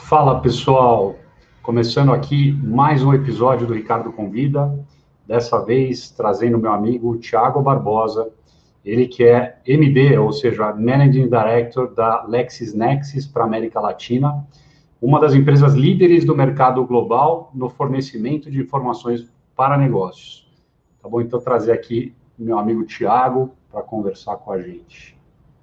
Fala pessoal, começando aqui mais um episódio do Ricardo Convida, dessa vez trazendo meu amigo Thiago Barbosa, ele que é MD, ou seja, Managing Director da LexisNexis para a América Latina, uma das empresas líderes do mercado global no fornecimento de informações para negócios. Tá bom? Então trazer aqui meu amigo Thiago para conversar com a gente.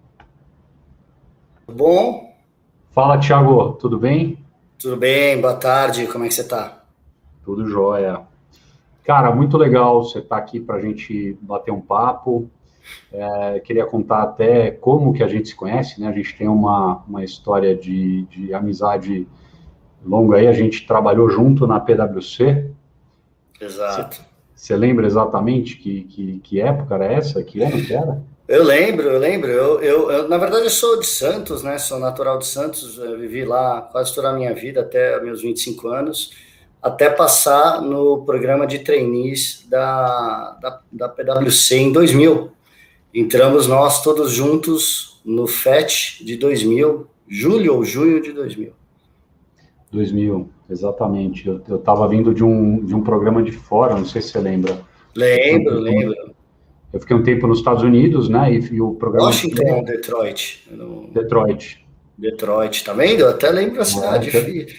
Bom? Fala, Thiago, tudo bem? Tudo bem, boa tarde, como é que você está? Tudo jóia. Cara, muito legal você estar aqui para a gente bater um papo. Queria contar até como que a gente se conhece, né? A gente tem uma história de amizade longa aí, a gente trabalhou junto na PwC. Exato. Você lembra exatamente que época era essa? Que ano que era? Eu lembro. Na verdade, eu sou de Santos, né? Sou natural de Santos, eu vivi lá quase toda a minha vida, até meus 25 anos, até passar no programa de trainees da PwC em 2000. Entramos nós todos juntos no FET de 2000, julho ou junho de 2000. 2000, exatamente. Eu estava vindo de um programa de fora, não sei se você lembra. Lembro. Eu fiquei um tempo nos Estados Unidos, né? E o programa... Washington ou Detroit? Detroit. Detroit, tá vendo? Eu até lembro a cidade, filho.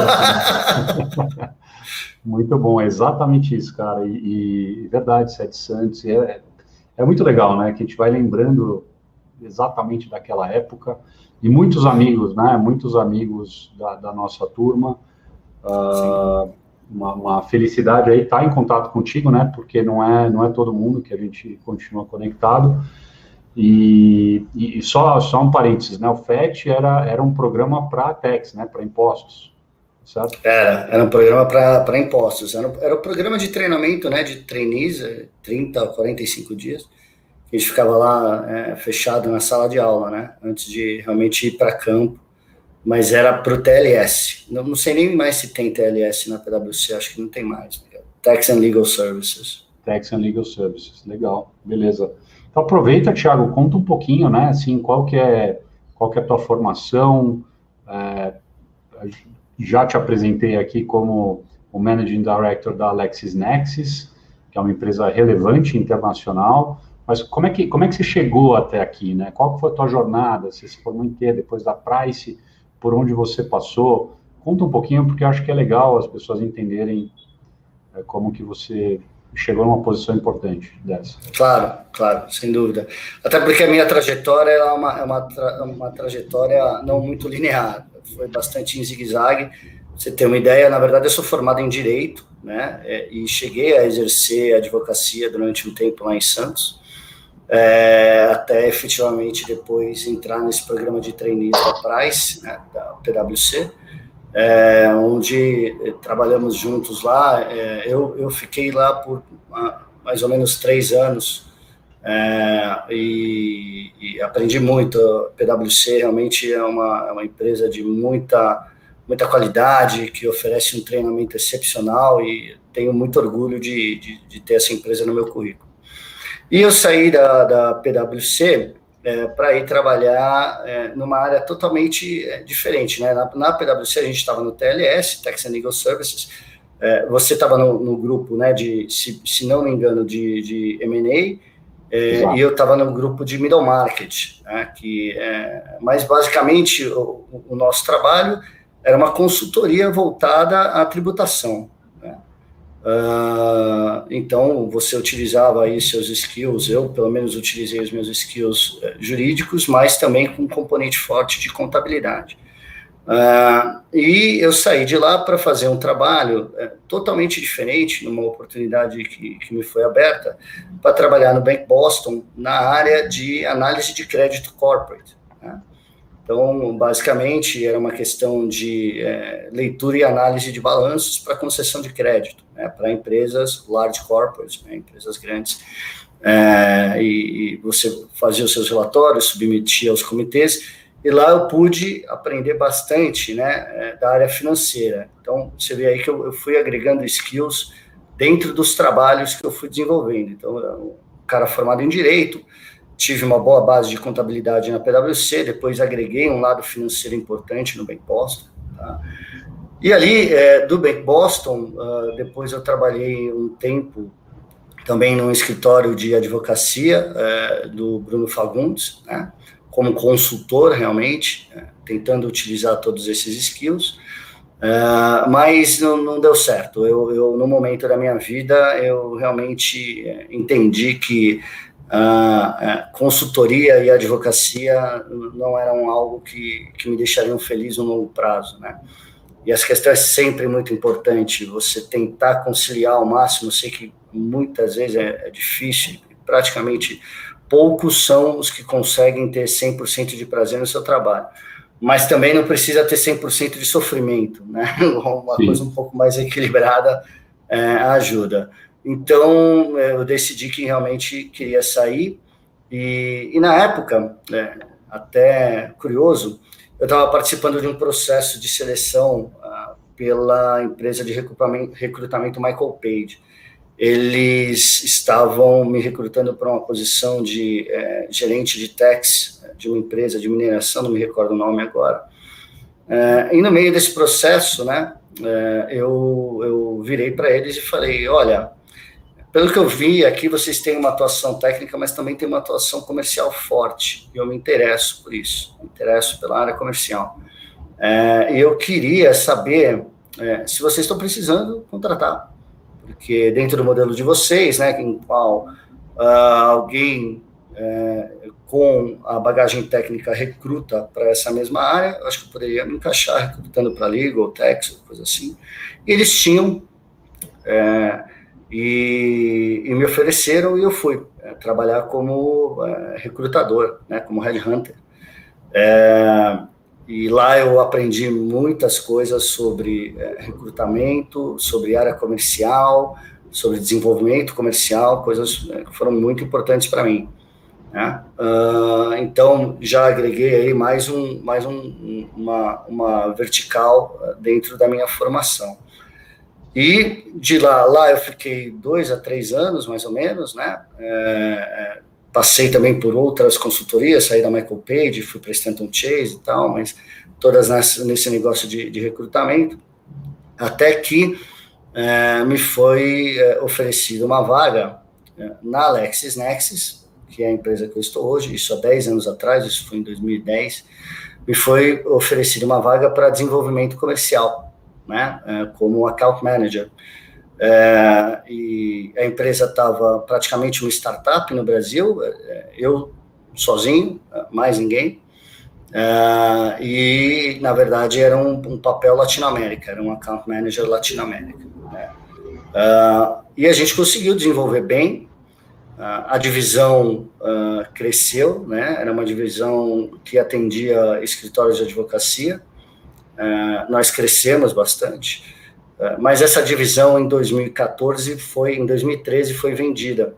Muito bom, é exatamente isso, cara. E verdade, Sete Santos. É muito legal, né? Que a gente vai lembrando exatamente daquela época. E muitos amigos, né? Muitos amigos da nossa turma. Uma felicidade aí estar em contato contigo, né? Porque não é todo mundo que a gente continua conectado. E só um parênteses, né? O FET era um programa para tax, né? Para impostos, certo? Era um programa para impostos. Era um programa de treinamento, né? De trainees, 30 a 45 dias. A gente ficava lá fechado na sala de aula, né? Antes de realmente ir para campo. Mas era para o TLS. Não sei nem mais se tem TLS na PwC, acho que não tem mais. Tax and Legal Services. Tax and Legal Services, legal, beleza. Então aproveita, Thiago, conta um pouquinho, né? Assim, qual que é a tua formação? Já te apresentei aqui como o Managing Director da LexisNexis, que é uma empresa relevante internacional. Mas como é que você chegou até aqui, né? Qual foi a tua jornada? Você se formou em quê? Depois da Price, por onde você passou? Conta um pouquinho, porque eu acho que é legal as pessoas entenderem como que você chegou numa posição importante dessa. Claro, sem dúvida. Até porque a minha trajetória é uma trajetória não muito linear. Foi bastante em zigue-zague. Você tem uma ideia, na verdade, eu sou formado em Direito, né? E cheguei a exercer a advocacia durante um tempo lá em Santos, até efetivamente depois entrar nesse programa de trainees da Price, né, da PwC, onde trabalhamos juntos lá. Eu fiquei lá por mais ou menos 3 anos e aprendi muito. A PwC realmente é uma empresa de muita qualidade, que oferece um treinamento excepcional, e tenho muito orgulho de ter essa empresa no meu currículo. E eu saí da PwC para ir trabalhar numa área totalmente diferente, né? Na PwC a gente estava no TLS, Tax and Legal Services. Você estava no grupo, né, se não me engano, de M&A, e eu estava no grupo de Middle Market, né, mas basicamente o nosso trabalho era uma consultoria voltada à tributação. Então, você utilizava aí seus skills, eu pelo menos utilizei os meus skills jurídicos, mas também com um componente forte de contabilidade. E eu saí de lá para fazer um trabalho totalmente diferente, numa oportunidade que me foi aberta, para trabalhar no Bank Boston, na área de análise de crédito corporate, né? Então, basicamente, era uma questão de leitura e análise de balanços para concessão de crédito, né, para empresas large corporates, né, empresas grandes. E você fazia os seus relatórios, submetia aos comitês, e lá eu pude aprender bastante, né, da área financeira. Então, você vê aí que eu fui agregando skills dentro dos trabalhos que eu fui desenvolvendo. Então, eu era um cara formado em Direito, tive uma boa base de contabilidade na PwC, depois agreguei um lado financeiro importante no Bank Boston, Tá? E ali, do Bank Boston, depois eu trabalhei um tempo também num escritório de advocacia do Bruno Fagundes, né, como consultor realmente, tentando utilizar todos esses skills, mas não deu certo. Eu, no momento da minha vida, eu realmente entendi que consultoria e advocacia não eram algo que me deixariam feliz no longo prazo, né? E essa questão é sempre muito importante, você tentar conciliar ao máximo. Eu sei que muitas vezes é difícil, praticamente poucos são os que conseguem ter 100% de prazer no seu trabalho, mas também não precisa ter 100% de sofrimento, né? Uma Sim. coisa um pouco mais equilibrada ajuda. Então, eu decidi que realmente queria sair, e na época, até curioso, eu estava participando de um processo de seleção pela empresa de recrutamento Michael Page. Eles estavam me recrutando para uma posição de gerente de tax de uma empresa de mineração, não me recordo o nome agora. E no meio desse processo, né, eu virei para eles e falei, olha, pelo que eu vi aqui, vocês têm uma atuação técnica, mas também tem uma atuação comercial forte, e eu me interesso por isso, me interesso pela área comercial. E eu queria saber se vocês estão precisando contratar, porque dentro do modelo de vocês, né, em qual alguém com a bagagem técnica recruta para essa mesma área, eu acho que eu poderia me encaixar recrutando para legal, tax, coisa assim. E eles tinham... E me ofereceram, e eu fui trabalhar como recrutador, né, como headhunter. E lá eu aprendi muitas coisas sobre recrutamento, sobre área comercial, sobre desenvolvimento comercial, coisas que foram muito importantes para mim, né? Então, já agreguei aí mais uma vertical dentro da minha formação. E de lá eu fiquei 2 a 3 anos, mais ou menos, né? Passei também por outras consultorias, saí da Michael Page, fui para Stanton Chase e tal, mas todas nesse negócio de recrutamento, até que me foi oferecida uma vaga na LexisNexis, que é a empresa que eu estou hoje, isso há 10 anos atrás, isso foi em 2010, me foi oferecida uma vaga para desenvolvimento comercial, né, como account manager. E a empresa estava praticamente uma startup no Brasil, eu sozinho, mais ninguém, e na verdade era um papel Latinoamérica, era um account manager Latinoamérica, né? E a gente conseguiu desenvolver bem, a divisão cresceu, né? Era uma divisão que atendia escritórios de advocacia. Nós crescemos bastante, mas essa divisão em 2013 foi vendida,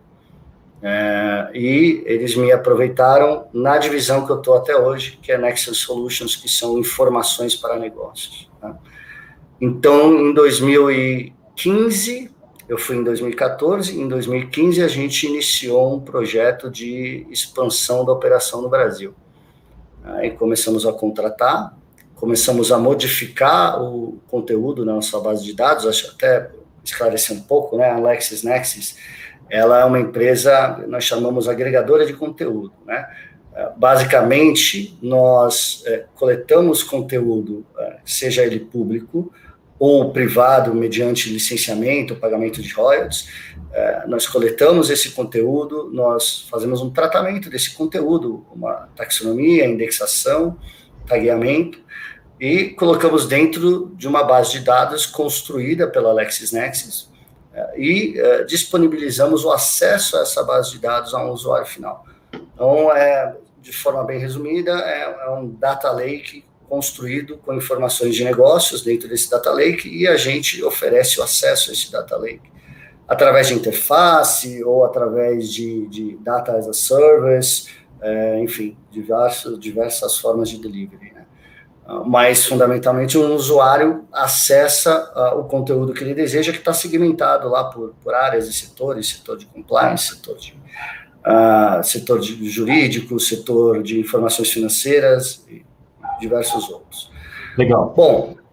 e eles me aproveitaram na divisão que eu estou até hoje, que é Nexus Solutions, que são informações para negócios, tá? Então, em 2015, eu fui em 2014, em 2015 a gente iniciou um projeto de expansão da operação no Brasil. Aí começamos a contratar, começamos a modificar o conteúdo na nossa base de dados. Acho até esclarecer um pouco, né? A LexisNexis, ela é uma empresa, nós chamamos agregadora de conteúdo, né? Basicamente, nós coletamos conteúdo, seja ele público ou privado, mediante licenciamento, pagamento de royalties. Nós coletamos esse conteúdo, nós fazemos um tratamento desse conteúdo, uma taxonomia, indexação, tagueamento, e colocamos dentro de uma base de dados construída pela LexisNexis, e disponibilizamos o acesso a essa base de dados a um usuário final. Então, de forma bem resumida, é um data lake construído com informações de negócios dentro desse data lake, e a gente oferece o acesso a esse data lake através de interface ou através de data as a service, enfim, diversas formas de delivery, né? Mas, fundamentalmente, um usuário acessa o conteúdo que ele deseja, que está segmentado lá por áreas e setores, setor de compliance, setor de jurídico, setor de informações financeiras e diversos outros. Legal. Bom,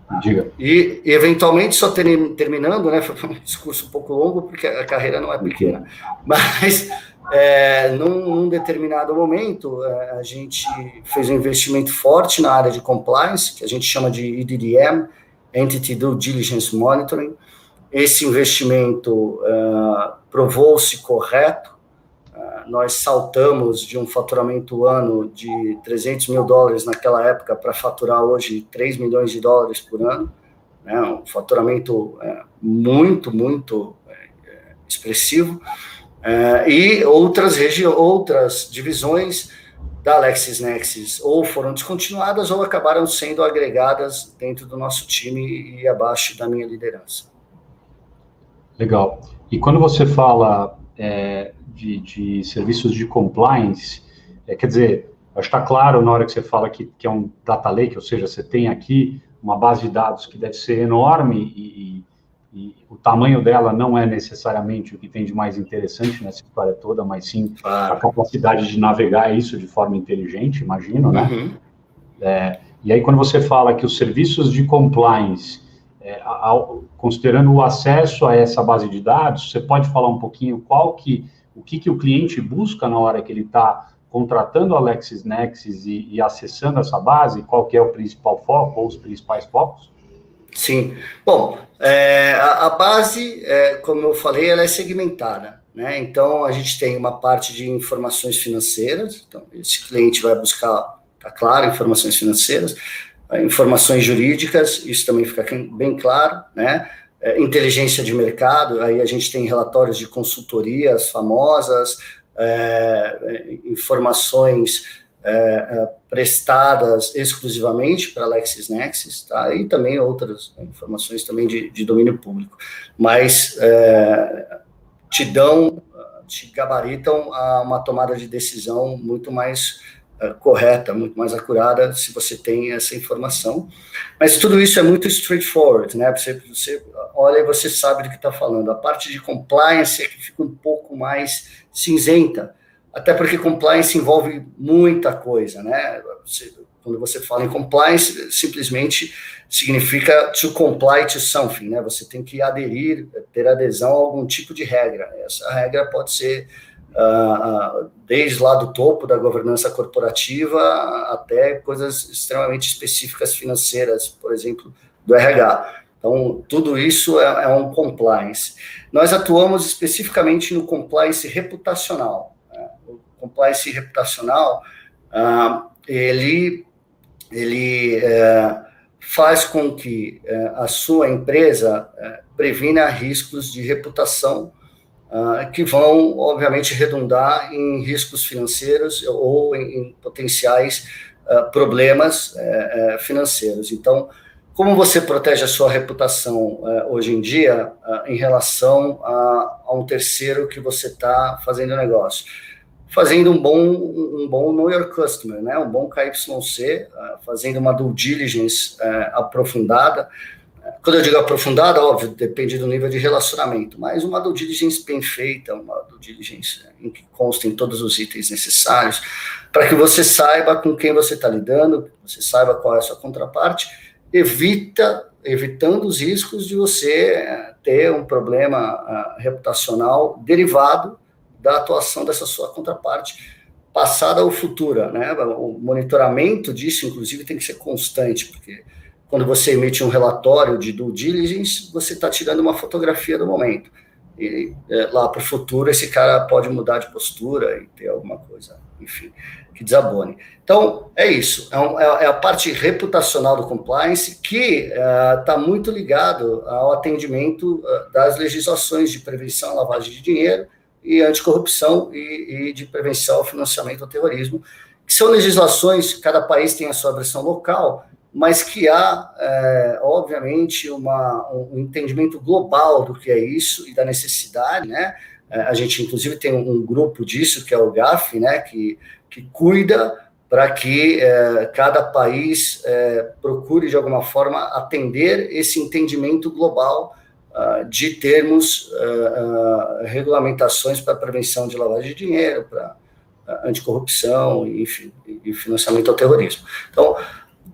Diga. E, eventualmente, só terminando, né, foi um discurso um pouco longo, porque a carreira não é pequena, mas num determinado momento, a gente fez um investimento forte na área de compliance, que a gente chama de EDDM, Entity Due Diligence Monitoring. Esse investimento provou-se correto. Nós saltamos de um faturamento ano de $300 mil naquela época para faturar hoje $3 milhões por ano, né? Um faturamento muito, muito expressivo. E outras divisões da LexisNexis ou foram descontinuadas ou acabaram sendo agregadas dentro do nosso time e abaixo da minha liderança. Legal. E quando você fala de serviços de compliance, quer dizer, acho que está claro na hora que você fala que é um data lake, ou seja, você tem aqui uma base de dados que deve ser enorme e o tamanho dela não é necessariamente o que tem de mais interessante nessa história toda, mas sim a capacidade de navegar isso de forma inteligente, imagino, né? Uhum. E aí, quando você fala que os serviços de compliance, considerando o acesso a essa base de dados, você pode falar um pouquinho o que o cliente busca na hora que ele está contratando a LexisNexis e acessando essa base? Qual que é o principal foco ou os principais focos? Sim. Bom, a base, como eu falei, ela é segmentada, né? Então, a gente tem uma parte de informações financeiras, então, esse cliente vai buscar, tá claro, informações financeiras, informações jurídicas, isso também fica bem claro, né? Inteligência de mercado, aí a gente tem relatórios de consultorias famosas, informações prestadas exclusivamente para a LexisNexis, tá? E também outras informações também de domínio público, mas te gabaritam a uma tomada de decisão muito mais correta, muito mais acurada, se você tem essa informação. Mas tudo isso é muito straightforward, né? Você olha e você sabe do que está falando. A parte de compliance é que fica um pouco mais cinzenta, até porque compliance envolve muita coisa, né? Quando você fala em compliance, simplesmente significa to comply to something, né? Você tem que ter adesão a algum tipo de regra. Essa regra pode ser desde lá do topo da governança corporativa até coisas extremamente específicas financeiras, por exemplo, do RH. Então, tudo isso é um compliance. Nós atuamos especificamente no compliance reputacional. O compliance reputacional, ele faz com que a sua empresa previna riscos de reputação que vão, obviamente, redundar em riscos financeiros ou em potenciais problemas financeiros. Então, como você protege a sua reputação hoje em dia em relação a um terceiro que você está fazendo negócio? Fazendo um bom Know Your Customer, né? Um bom KYC, fazendo uma due diligence aprofundada. Quando eu digo aprofundada, óbvio, depende do nível de relacionamento, mas uma due diligence bem feita, uma due diligence em que constem todos os itens necessários, para que você saiba com quem você está lidando, você saiba qual é a sua contraparte, evitando os riscos de você ter um problema reputacional derivado da atuação dessa sua contraparte, passada ou futura, né? O monitoramento disso, inclusive, tem que ser constante, porque quando você emite um relatório de due diligence, você está tirando uma fotografia do momento. E lá para o futuro, esse cara pode mudar de postura e ter alguma coisa, enfim, que desabone. Então, é isso. É a parte reputacional do compliance que está muito ligado ao atendimento das legislações de prevenção à lavagem de dinheiro e anticorrupção e de prevenção ao financiamento ao terrorismo, que são legislações, cada país tem a sua versão local, mas que há, obviamente, um entendimento global do que é isso e da necessidade, né? A gente, inclusive, tem um grupo disso, que é o GAF, né? Que cuida para que cada país procure, de alguma forma, atender esse entendimento global de termos regulamentações para prevenção de lavagem de dinheiro, para anticorrupção, enfim, e financiamento ao terrorismo. Então,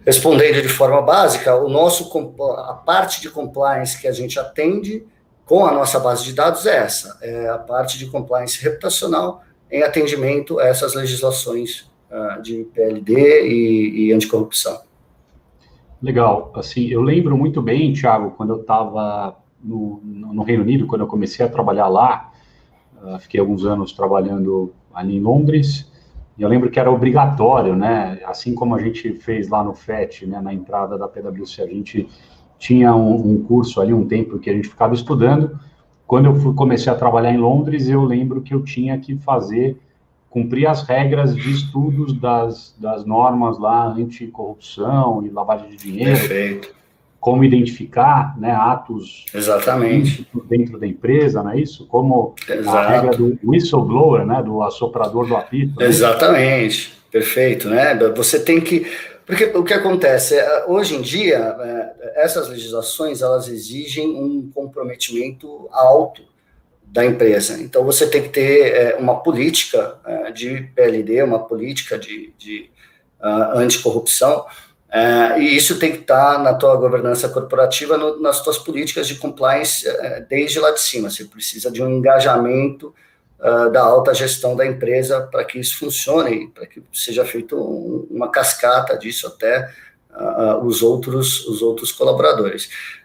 respondendo de forma básica, a parte de compliance que a gente atende com a nossa base de dados é essa, é a parte de compliance reputacional em atendimento a essas legislações de PLD e anticorrupção. Legal. Assim, eu lembro muito bem, Thiago, quando eu estava no Reino Unido, quando eu comecei a trabalhar lá, fiquei alguns anos trabalhando ali em Londres, e eu lembro que era obrigatório, né? Assim como a gente fez lá no FET, né, na entrada da PwC, a gente tinha um curso ali, um tempo que a gente ficava estudando. Quando eu comecei a trabalhar em Londres, eu lembro que eu tinha que cumprir as regras de estudos das normas lá anticorrupção e lavagem de dinheiro. Perfeito. Como identificar, né, atos exatamente dentro da empresa, não é isso? Como Exato. A regra do whistleblower, né, do assoprador do apito. Né? Exatamente, perfeito, né? Você tem que... Porque o que acontece, hoje em dia, essas legislações, elas exigem um comprometimento alto da empresa. Então, você tem que ter uma política de PLD, uma política de anticorrupção, e isso tem que estar na tua governança corporativa, nas tuas políticas de compliance desde lá de cima. Você precisa de um engajamento da alta gestão da empresa para que isso funcione, para que seja feito uma cascata disso até os outros colaboradores.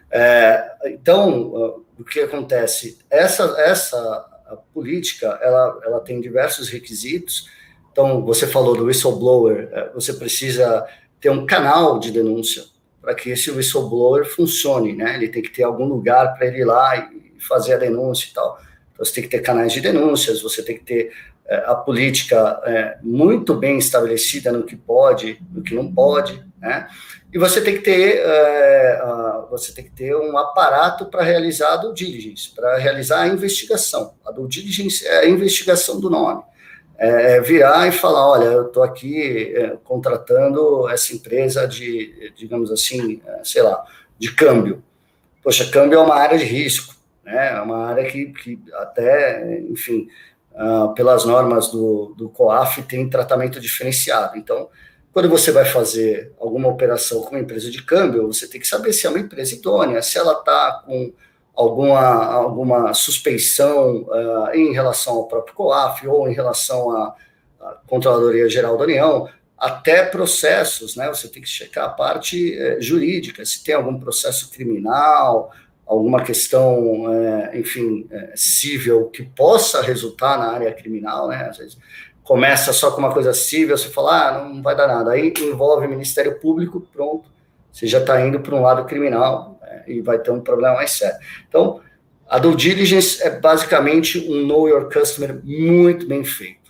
Então, o que acontece? Essa política, ela tem diversos requisitos. Então, você falou do whistleblower, você precisa ter um canal de denúncia para que esse whistleblower funcione, né? Ele tem que ter algum lugar para ele ir lá e fazer a denúncia e tal. Então, você tem que ter canais de denúncias, você tem que ter a política muito bem estabelecida no que pode, no que não pode, né? E você tem que ter um aparato para realizar a due diligence, para realizar a investigação. A due diligence é a investigação do nome. Virar e falar, olha, eu estou aqui contratando essa empresa de, digamos assim, sei lá, de câmbio. Poxa, câmbio é uma área de risco, né? É uma área que até, enfim, pelas normas do COAF tem tratamento diferenciado. Então, quando você vai fazer alguma operação com uma empresa de câmbio, você tem que saber se é uma empresa idônea, se ela está com alguma suspeição em relação ao próprio COAF ou em relação à Controladoria Geral da União, até processos, né? Você tem que checar a parte jurídica, se tem algum processo criminal, alguma questão, enfim, cível que possa resultar na área criminal, né? Às vezes começa só com uma coisa cível, você fala, não vai dar nada, aí envolve o Ministério Público, pronto, você já está indo para um lado criminal, e vai ter um problema mais sério. Então, a due diligence é basicamente um know your customer muito bem feito.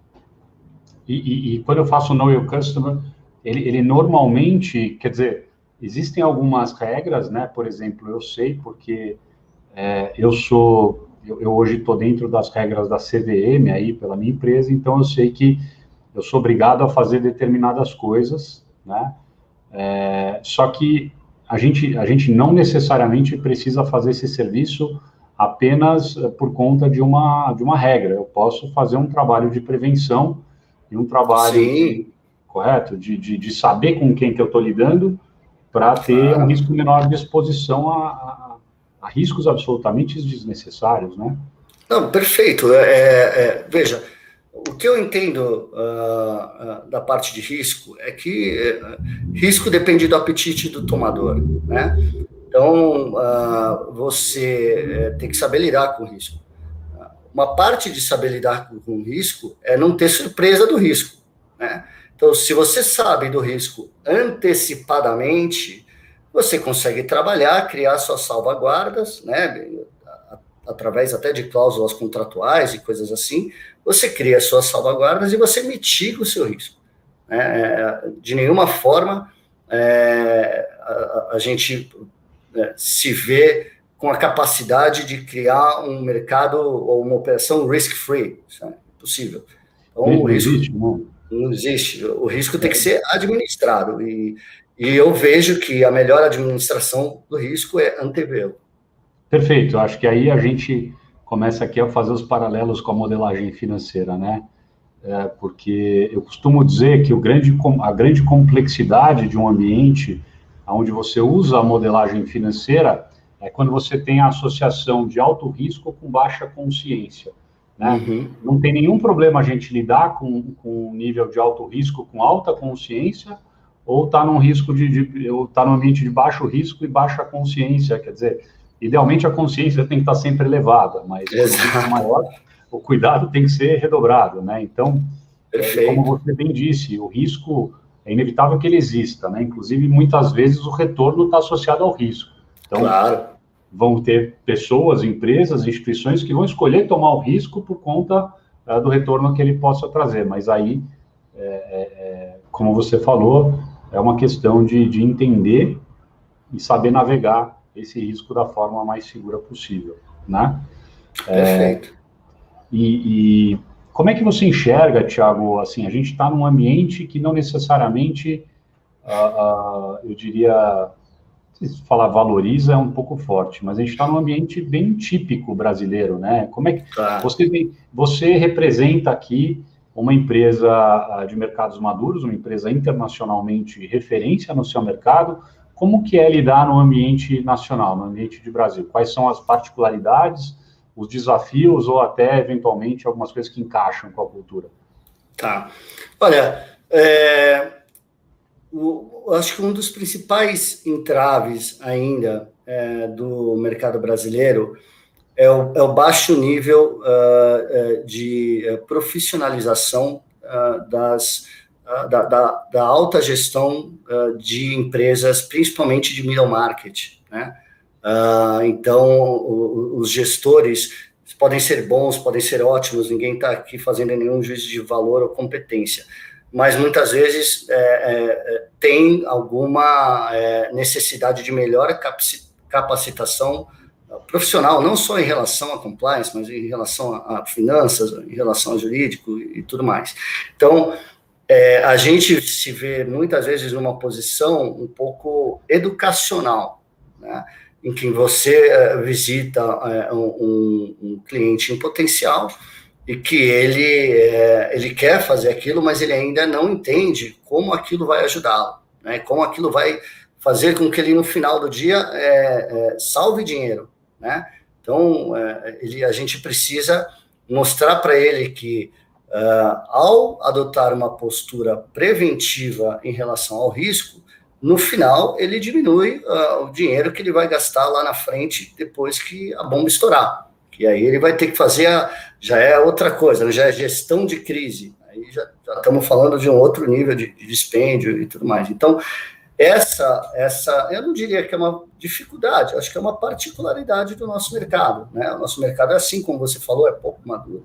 E quando eu faço know your customer, ele normalmente, quer dizer, existem algumas regras, né? Por exemplo, eu sei porque eu hoje estou dentro das regras da CVM aí pela minha empresa, então eu sei que eu sou obrigado a fazer determinadas coisas, né? Só que a gente não necessariamente precisa fazer esse serviço apenas por conta de uma regra. Eu posso fazer um trabalho de prevenção e um trabalho correto de saber com quem que eu estou lidando para ter um risco menor de exposição a riscos absolutamente desnecessários, né? Não, perfeito. Veja, o que eu entendo da parte de risco é que risco depende do apetite do tomador, né? Então, você tem que saber lidar com o risco. Uma parte de saber lidar com o risco é não ter surpresa do risco, né? Então, se você sabe do risco antecipadamente, você consegue trabalhar, criar suas salvaguardas, né? Através até de cláusulas contratuais e coisas assim, você cria suas salvaguardas e você mitiga o seu risco. De nenhuma forma a gente se vê com a capacidade de criar um mercado ou uma operação risk-free. Isso é impossível. Então, o risco não existe. O risco tem que ser administrado. E eu vejo que a melhor administração do risco é antevê-lo. Perfeito. Eu acho que aí a gente começa aqui a fazer os paralelos com a modelagem financeira, né? porque eu costumo dizer que a grande complexidade de um ambiente onde você usa a modelagem financeira é quando você tem a associação de alto risco com baixa consciência, né? Uhum. Não tem nenhum problema a gente lidar com um nível de alto risco com alta consciência, ou está num risco ou está num ambiente de baixo risco e baixa consciência, quer dizer, idealmente a consciência tem que estar sempre elevada, mas quando o risco é maior, o cuidado tem que ser redobrado, né? Então, como você bem disse, o risco é inevitável que ele exista, né? Inclusive, muitas vezes o retorno está associado ao risco. Então, claro, vão ter pessoas, empresas, instituições que vão escolher tomar o risco por conta do retorno que ele possa trazer, mas aí, como você falou, é uma questão de entender e saber navegar esse risco da forma mais segura possível, né? Perfeito. E como é que você enxerga, Thiago, assim, a gente está num ambiente que não necessariamente, eu diria, se falar valoriza é um pouco forte, mas a gente está num ambiente bem típico brasileiro, né? Como é que você representa aqui uma empresa de mercados maduros, uma empresa internacionalmente referência no seu mercado? Como que é lidar no ambiente nacional, no ambiente de Brasil? Quais são as particularidades, os desafios ou até, eventualmente, algumas coisas que encaixam com a cultura? Tá. Olha, eu acho que um dos principais entraves ainda do mercado brasileiro é o baixo nível de profissionalização da alta gestão de empresas, principalmente de middle market, né? Então, os gestores podem ser bons, podem ser ótimos, ninguém está aqui fazendo nenhum juízo de valor ou competência, mas muitas vezes tem alguma necessidade de melhor capacitação profissional, não só em relação a compliance, mas em relação a finanças, em relação a jurídico e tudo mais. Então, a gente se vê muitas vezes numa posição um pouco educacional, né? Em que você visita um cliente em potencial e que ele quer fazer aquilo, mas ele ainda não entende como aquilo vai ajudá-lo, né? Como aquilo vai fazer com que ele, no final do dia, salve dinheiro, né? Então, a gente precisa mostrar para ele que, ao adotar uma postura preventiva em relação ao risco, no final, ele diminui o dinheiro que ele vai gastar lá na frente depois que a bomba estourar. E aí ele vai ter que fazer, já é outra coisa, né? Já é gestão de crise. Aí já estamos falando de um outro nível de dispêndio e tudo mais. Então, essa eu não diria que é uma dificuldade, acho que é uma particularidade do nosso mercado, né? O nosso mercado é assim, como você falou, é pouco maduro.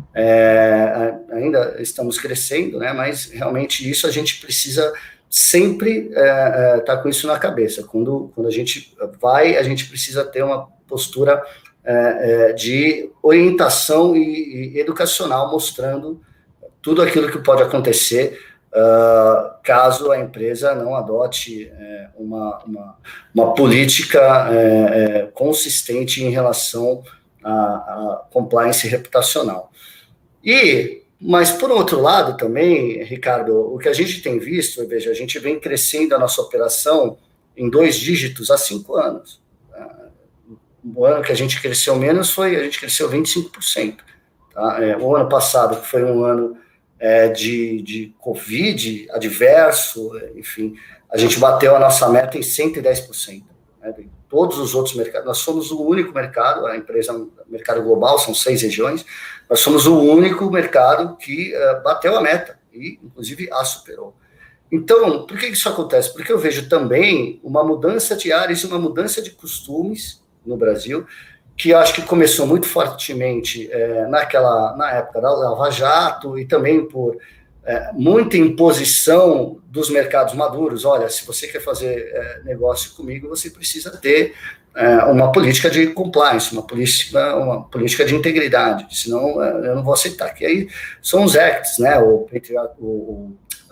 Ainda estamos crescendo, né? Mas realmente isso a gente precisa sempre tá com isso na cabeça. Quando a gente a gente precisa ter uma postura de orientação e educacional, mostrando tudo aquilo que pode acontecer caso a empresa não adote uma política consistente em relação à compliance reputacional. Mas, por outro lado, também, Ricardo, o que a gente tem visto, veja, a gente vem crescendo a nossa operação em 2 dígitos há 5 anos. O ano que a gente cresceu menos a gente cresceu 25%. Tá? O ano passado, que foi um ano de Covid adverso, enfim, a gente bateu a nossa meta em 110%. Né? Todos os outros mercados, nós somos o único mercado, a empresa é um mercado global, são 6 regiões, nós somos o único mercado que bateu a meta e, inclusive, a superou. Então, por que isso acontece? Porque eu vejo também uma mudança de áreas e uma mudança de costumes no Brasil, que eu acho que começou muito fortemente na época da Lava Jato e também por muita imposição dos mercados maduros. Olha, se você quer fazer negócio comigo, você precisa ter uma política de compliance, uma política de integridade, senão eu não vou aceitar. Que aí são os acts, né? O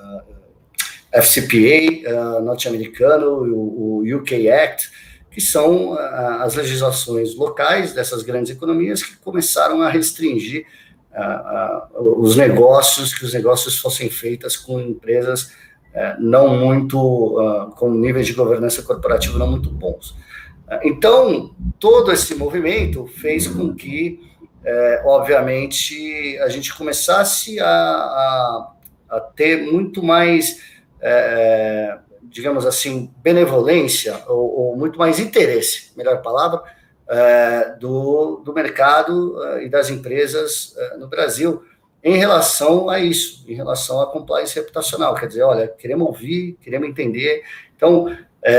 FCPA norte-americano, o UK Act, que são as legislações locais dessas grandes economias que começaram a restringir os negócios, que os negócios fossem feitos com empresas não muito, com níveis de governança corporativa não muito bons. Então, todo esse movimento fez com que, obviamente, a gente começasse a ter muito mais, digamos assim, benevolência, ou muito mais interesse, melhor palavra, do mercado e das empresas no Brasil em relação a isso, em relação à compliance reputacional. Quer dizer, olha, queremos ouvir, queremos entender. Então,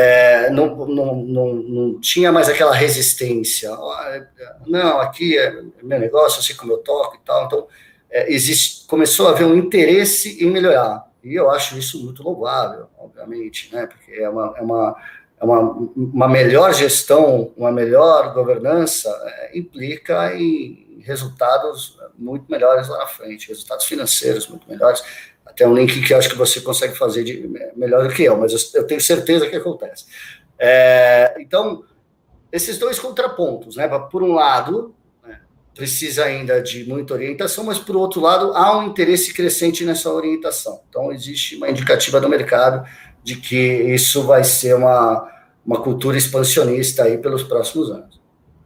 não tinha mais aquela resistência. Não, aqui é meu negócio, eu sei como eu toco e tal. Então, começou a haver um interesse em melhorar. E eu acho isso muito louvável, obviamente, né? Porque é uma melhor gestão, uma melhor governança implica em resultados muito melhores lá na frente, resultados financeiros muito melhores. Até um link que eu acho que você consegue fazer melhor do que eu, mas eu tenho certeza que acontece. Então, esses dois contrapontos, né? Por um lado, precisa ainda de muita orientação, mas, por outro lado, há um interesse crescente nessa orientação. Então, existe uma indicativa do mercado de que isso vai ser uma cultura expansionista aí pelos próximos anos.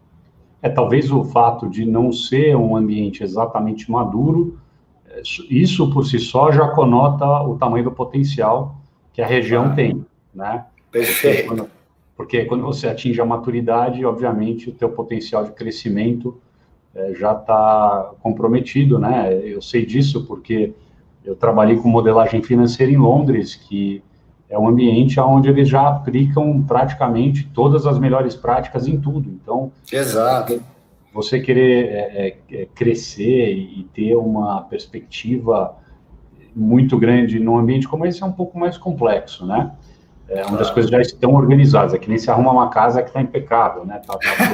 Talvez o fato de não ser um ambiente exatamente maduro, isso por si só já conota o tamanho do potencial que a região tem, né? Perfeito. Porque quando você atinge a maturidade, obviamente, o teu potencial de crescimento já está comprometido, né? Eu sei disso porque eu trabalhei com modelagem financeira em Londres, que é um ambiente onde eles já aplicam praticamente todas as melhores práticas em tudo. Então, exato. Você querer crescer e ter uma perspectiva muito grande num ambiente como esse é um pouco mais complexo, né? Onde as coisas já estão organizadas. É que nem se arruma uma casa que está impecável, né?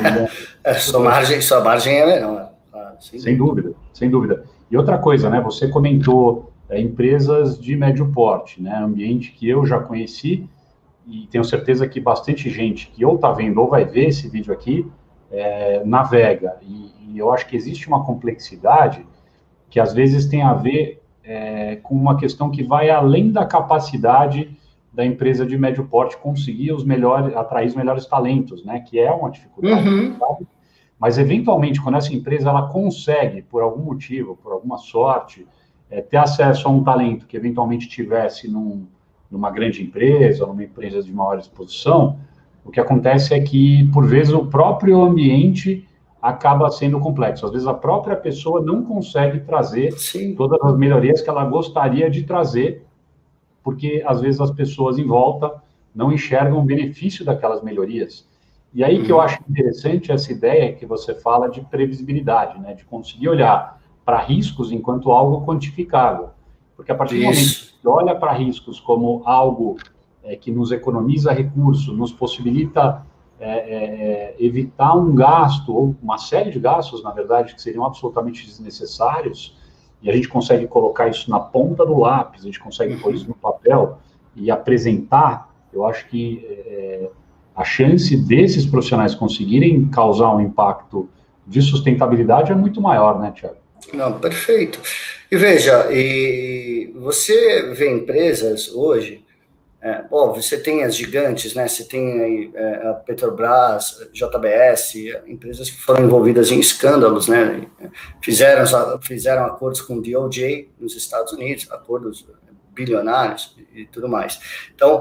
Sua margem é menor. Sem dúvida, sem dúvida. E outra coisa, né? Você comentou empresas de médio porte, né? Ambiente que eu já conheci e tenho certeza que bastante gente que ou está vendo ou vai ver esse vídeo aqui navega. E eu acho que existe uma complexidade que às vezes tem a ver com uma questão que vai além da capacidade da empresa de médio porte conseguir atrair os melhores talentos, né? Que é uma dificuldade, sabe? Mas eventualmente, quando essa empresa ela consegue, por algum motivo, por alguma sorte, ter acesso a um talento que eventualmente tivesse numa grande empresa, numa empresa de maior exposição, o que acontece é que, por vezes, o próprio ambiente acaba sendo complexo. Às vezes, a própria pessoa não consegue trazer todas as melhorias que ela gostaria de trazer, porque, às vezes, as pessoas em volta não enxergam o benefício daquelas melhorias. E aí que eu acho interessante essa ideia que você fala de previsibilidade, né? De conseguir olhar para riscos enquanto algo quantificável. Porque a partir do momento que você olha para riscos como algo que nos economiza recurso, nos possibilita evitar um gasto, ou uma série de gastos, na verdade, que seriam absolutamente desnecessários, e a gente consegue colocar isso na ponta do lápis, a gente consegue pôr isso no papel e apresentar, eu acho que a chance desses profissionais conseguirem causar um impacto de sustentabilidade é muito maior, né, Thiago? Não, perfeito. E veja, você vê empresas hoje, óbvio, você tem as gigantes, né? Você tem aí a Petrobras, JBS, empresas que foram envolvidas em escândalos, né? Fizeram acordos com o DOJ nos Estados Unidos, acordos bilionários e tudo mais. Então,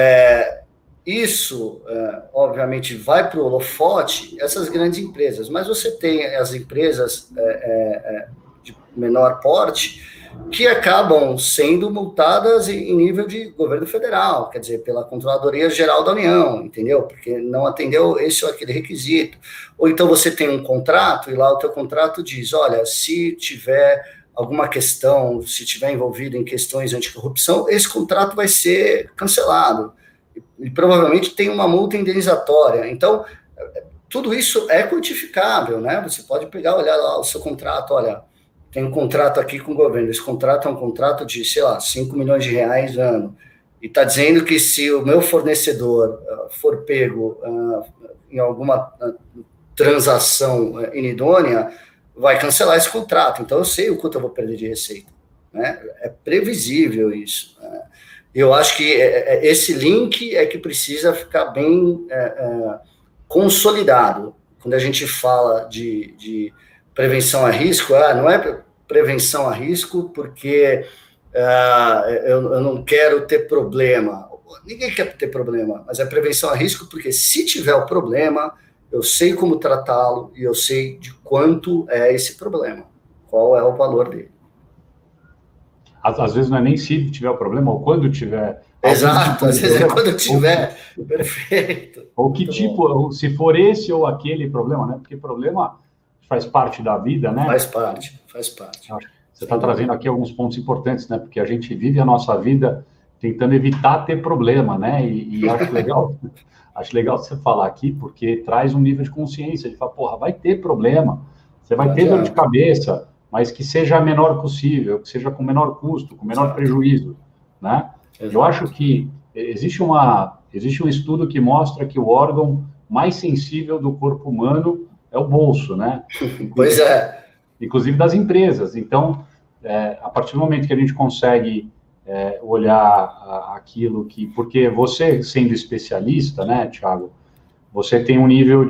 isso, obviamente, vai para o holofote, essas grandes empresas, mas você tem as empresas de menor porte que acabam sendo multadas em nível de governo federal, quer dizer, pela Controladoria Geral da União, entendeu? Porque não atendeu esse ou aquele requisito. Ou então você tem um contrato e lá o teu contrato diz, olha, se tiver alguma questão, se tiver envolvido em questões anticorrupção, esse contrato vai ser cancelado. E provavelmente tem uma multa indenizatória. Então, tudo isso é quantificável, né? Você pode pegar, olhar lá o seu contrato, olha, tem um contrato aqui com o governo, esse contrato é um contrato de, sei lá, 5 milhões de reais ano, e está dizendo que se o meu fornecedor for pego em alguma transação inidônea, vai cancelar esse contrato. Então, eu sei o quanto eu vou perder de receita. Né? É previsível isso. Né? Eu acho que esse link é que precisa ficar bem consolidado. Quando a gente fala de prevenção a risco, não é prevenção a risco porque eu não quero ter problema. Ninguém quer ter problema, mas é prevenção a risco porque se tiver o problema, eu sei como tratá-lo e eu sei de quanto é esse problema, qual é o valor dele. Às vezes não é nem se tiver o problema, ou quando tiver. Exato, às vezes é quando tiver. Perfeito. Ou que tipo, ou se for esse ou aquele problema, né? Porque problema faz parte da vida, né? Faz parte. Você está trazendo aqui alguns pontos importantes, né? Porque a gente vive a nossa vida tentando evitar ter problema, né? E acho legal, acho legal você falar aqui, porque traz um nível de consciência, de falar, porra, vai ter problema, você vai ter dor de cabeça, mas que seja menor possível, que seja com menor custo, com menor prejuízo, né? Eu acho que existe um estudo que mostra que o órgão mais sensível do corpo humano é o bolso, né? Pois é. Inclusive das empresas. Então, a partir do momento que a gente consegue olhar aquilo que... Porque você, sendo especialista, né, Thiago, você tem um nível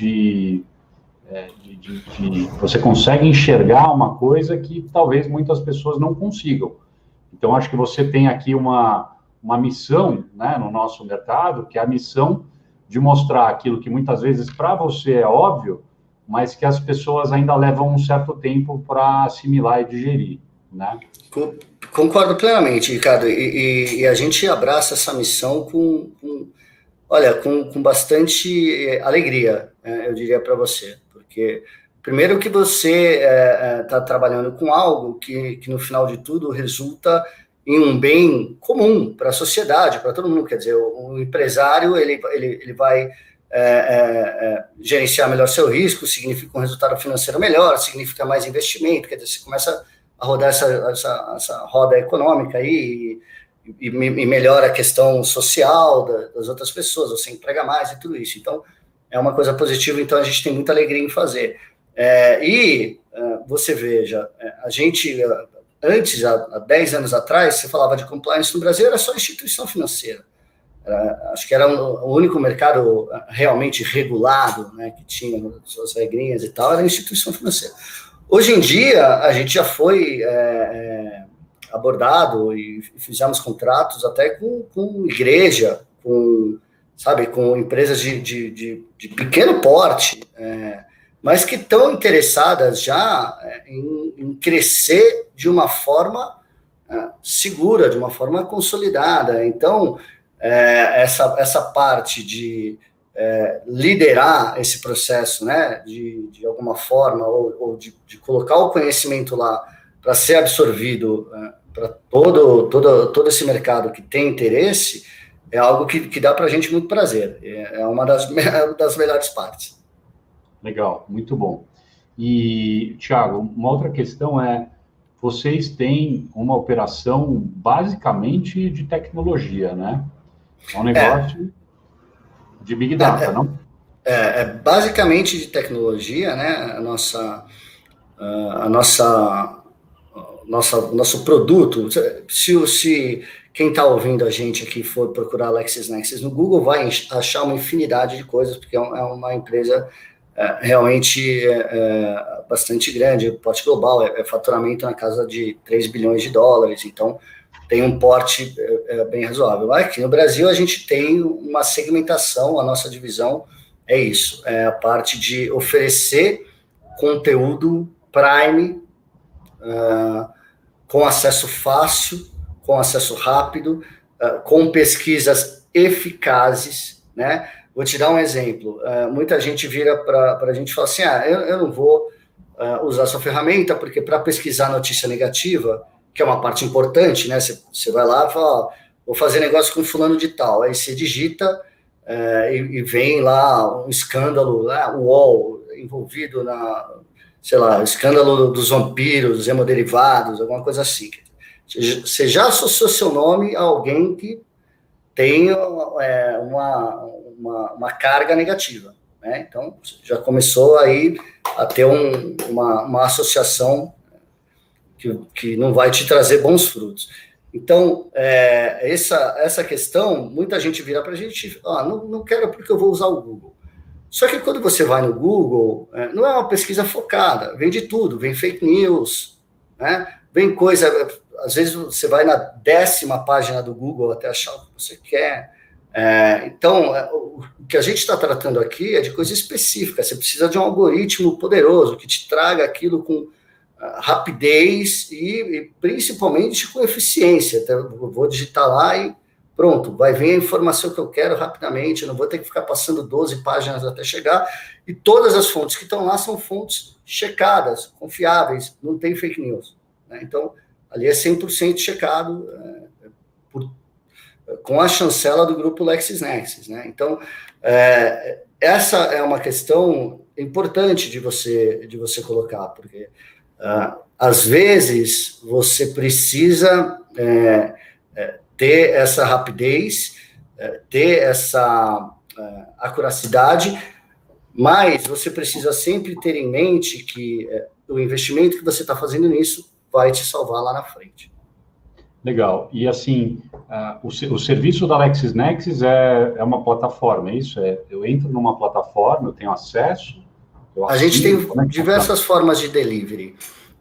você consegue enxergar uma coisa que talvez muitas pessoas não consigam. Então, acho que você tem aqui uma missão, né, no nosso mercado, que é a missão de mostrar aquilo que muitas vezes para você é óbvio, mas que as pessoas ainda levam um certo tempo para assimilar e digerir, né? Concordo plenamente, Ricardo, e a gente abraça essa missão com bastante alegria, eu diria para você, porque primeiro que você está trabalhando com algo que no final de tudo resulta em um bem comum para a sociedade, para todo mundo. Quer dizer, o empresário ele vai gerenciar melhor seu risco, significa um resultado financeiro melhor, significa mais investimento, quer dizer, você começa a rodar essa roda econômica aí e melhora a questão social das outras pessoas, você emprega mais e tudo isso. Então, é uma coisa positiva, então a gente tem muita alegria em fazer. Você veja, a gente, antes, há 10 anos atrás, você falava de compliance no Brasil, era só instituição financeira. Acho que era o único mercado realmente regulado, né, que tinha suas regrinhas e tal, era a instituição financeira. Hoje em dia, a gente já foi abordado e fizemos contratos até com igreja, com empresas de pequeno porte, mas que estão interessadas já em crescer de uma forma segura, de uma forma consolidada. Então, essa parte de liderar esse processo, né, de alguma forma, ou de colocar o conhecimento lá para ser absorvido para todo esse mercado que tem interesse, é algo que dá para a gente muito prazer. É uma das melhores partes. Legal, muito bom. E, Thiago, uma outra questão vocês têm uma operação basicamente de tecnologia, né? É um negócio de Big Data, não? Basicamente de tecnologia, né? Nosso produto, se quem está ouvindo a gente aqui for procurar LexisNexis no Google, vai achar uma infinidade de coisas, porque é uma empresa realmente bastante grande, o porte global, faturamento na casa de 3 bilhões de dólares, então tem um porte bem razoável. Aqui no Brasil a gente tem uma segmentação, a nossa divisão é isso, é a parte de oferecer conteúdo Prime, com acesso fácil, com acesso rápido, com pesquisas eficazes, né? Vou te dar um exemplo. Muita gente vira para a gente e fala assim, eu não vou usar sua ferramenta, porque para pesquisar notícia negativa, que é uma parte importante, né? Você vai lá e fala, vou fazer negócio com fulano de tal. Aí você digita e vem lá um escândalo, o UOL envolvido escândalo dos vampiros, dos hemoderivados, alguma coisa assim. Você já associou seu nome a alguém que tem uma carga negativa. né? Então, já começou aí a ter uma associação que não vai te trazer bons frutos. Então, essa questão, muita gente vira para a gente, não quero porque eu vou usar o Google. Só que quando você vai no Google, não é uma pesquisa focada, vem de tudo, vem fake news, né? Vem coisa, às vezes você vai na 10ª página do Google até achar o que você quer. Então, o que a gente está tratando aqui é de coisa específica, você precisa de um algoritmo poderoso que te traga aquilo com rapidez e principalmente com eficiência. Então, eu vou digitar lá e pronto, vai vir a informação que eu quero rapidamente, eu não vou ter que ficar passando 12 páginas até chegar, e todas as fontes que estão lá são fontes checadas, confiáveis, não tem fake news, né? Então, ali é 100% checado com a chancela do grupo LexisNexis, né? Então, essa é uma questão importante de você colocar, porque às vezes você precisa ter essa rapidez, ter essa acuracidade, mas você precisa sempre ter em mente que o investimento que você está fazendo nisso vai te salvar lá na frente. Legal. E assim, o serviço da LexisNexis é uma plataforma, é isso? Eu entro numa plataforma, eu tenho acesso? A gente tem diversas formas de delivery.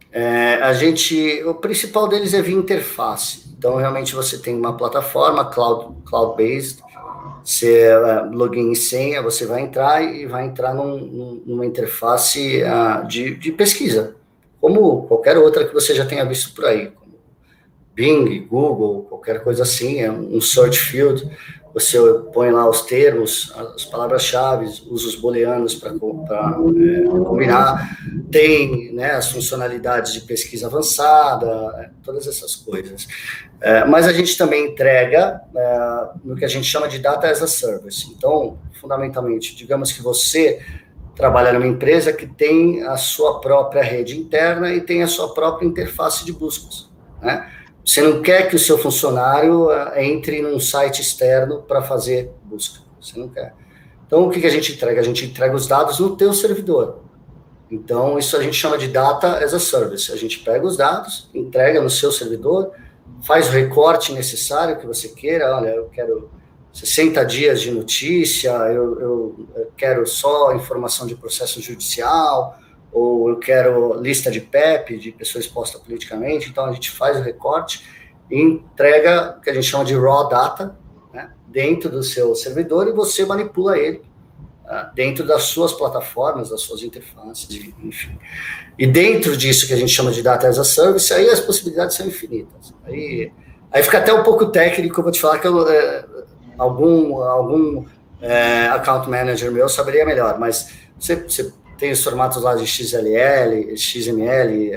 O principal deles é via interface. Então, realmente, você tem uma plataforma cloud-based, você login e senha, você vai entrar numa interface de pesquisa, como qualquer outra que você já tenha visto por aí, como Bing, Google, qualquer coisa assim, um search field. Você põe lá os termos, as palavras-chave, usa os booleanos para combinar, tem, né, as funcionalidades de pesquisa avançada, todas essas coisas. Mas a gente também entrega no que a gente chama de Data as a Service. Então, fundamentalmente, digamos que você trabalha numa empresa que tem a sua própria rede interna e tem a sua própria interface de buscas, né? Você não quer que o seu funcionário entre num site externo para fazer busca. Você não quer. Então, o que a gente entrega? A gente entrega os dados no teu servidor. Então, isso a gente chama de Data as a Service. A gente pega os dados, entrega no seu servidor, faz o recorte necessário que você queira. Olha, eu quero 60 dias de notícia, eu quero só informação de processo judicial, ou eu quero lista de PEP, de pessoa exposta politicamente. Então, a gente faz o recorte e entrega o que a gente chama de raw data, né, dentro do seu servidor, e você manipula ele dentro das suas plataformas, das suas interfaces, enfim. E dentro disso que a gente chama de Data as a Service, aí as possibilidades são infinitas. Aí fica até um pouco técnico, eu vou te falar que algum account manager meu saberia melhor, mas você tem os formatos lá de XLL, XML,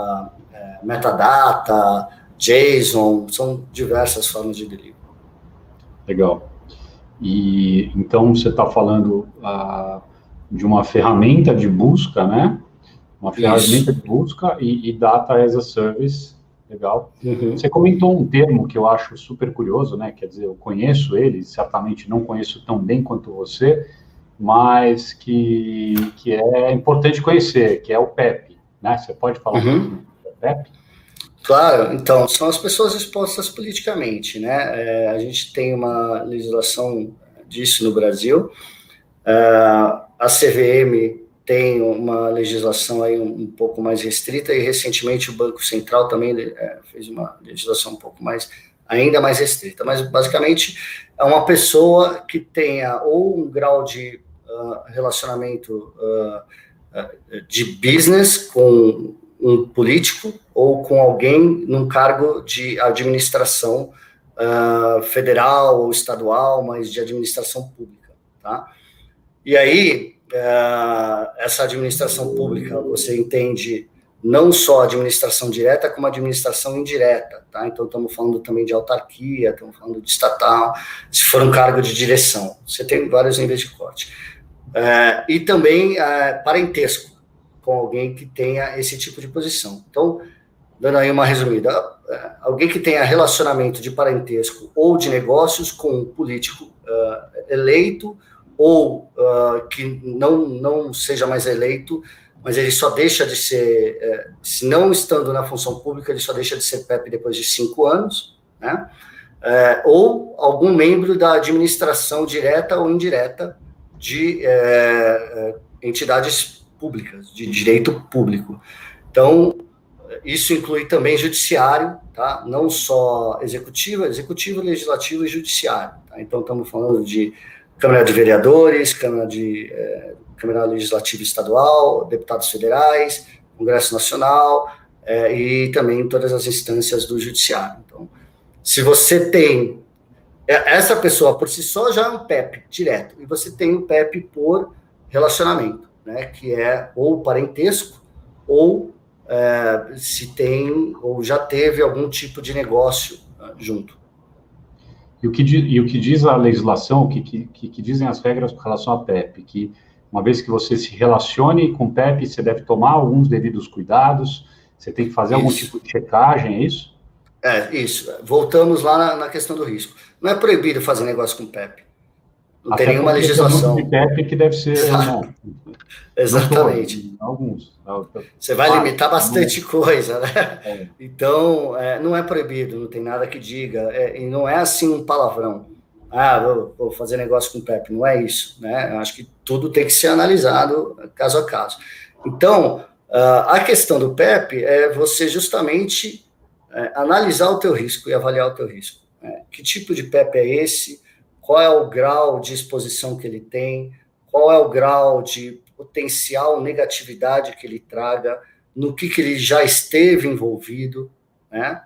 metadata, JSON, são diversas formas de delivery. Legal. E então você está falando de uma ferramenta de busca, né? Uma ferramenta de busca e Data as a Service. Legal. Uhum. Você comentou um termo que eu acho super curioso, né? Quer dizer, eu conheço ele, certamente não conheço tão bem quanto você, mas que é importante conhecer, que é o PEP, né? Você pode falar um pouquinho do PEP? Claro, então, são as pessoas expostas politicamente, né? A gente tem uma legislação disso no Brasil, a CVM tem uma legislação aí um pouco mais restrita, e recentemente o Banco Central também fez uma legislação um pouco ainda mais restrita, mas basicamente é uma pessoa que tenha ou um grau de relacionamento de business com um político ou com alguém num cargo de administração federal ou estadual, mas de administração pública, tá? E aí, essa administração pública, você entende não só administração direta, como administração indireta, tá? Então, estamos falando também de autarquia, estamos falando de estatal, se for um cargo de direção. Você tem vários níveis de corte. E também parentesco com alguém que tenha esse tipo de posição. Então, dando aí uma resumida, alguém que tenha relacionamento de parentesco ou de negócios com um político eleito ou que não seja mais eleito, mas ele só deixa de ser, se não estando na função pública, ele só deixa de ser PEP depois de 5 anos, né? Ou algum membro da administração direta ou indireta de entidades públicas, de direito público. Então, isso inclui também judiciário, tá? Não só executivo, legislativo e judiciário. Tá? Então, estamos falando de Câmara de Vereadores, Câmara Legislativa Estadual, deputados federais, Congresso Nacional, e também todas as instâncias do judiciário. Então, se você tem... Essa pessoa, por si só, já é um PEP direto, e você tem o PEP por relacionamento, né, que é ou parentesco, ou se tem, ou já teve algum tipo de negócio junto. E o que diz a legislação, o que dizem as regras com relação a PEP? Que uma vez que você se relacione com PEP, você deve tomar alguns devidos cuidados, você tem que fazer algum tipo de checagem, é isso? Isso. Voltamos lá na questão do risco. Não é proibido fazer negócio com PEP. Não tem nenhuma legislação. De PEP que deve ser... Exatamente. Alguns. Você vai limitar bastante coisa, né? Então, não é proibido, não tem nada que diga. E não é assim um palavrão. Vou fazer negócio com PEP. Não é isso, né? Eu acho que tudo tem que ser analisado caso a caso. Então, a questão do PEP é você justamente analisar o teu risco e avaliar o teu risco. Que tipo de PEP é esse? Qual é o grau de exposição que ele tem? Qual é o grau de potencial negatividade que ele traga? No que ele já esteve envolvido, né?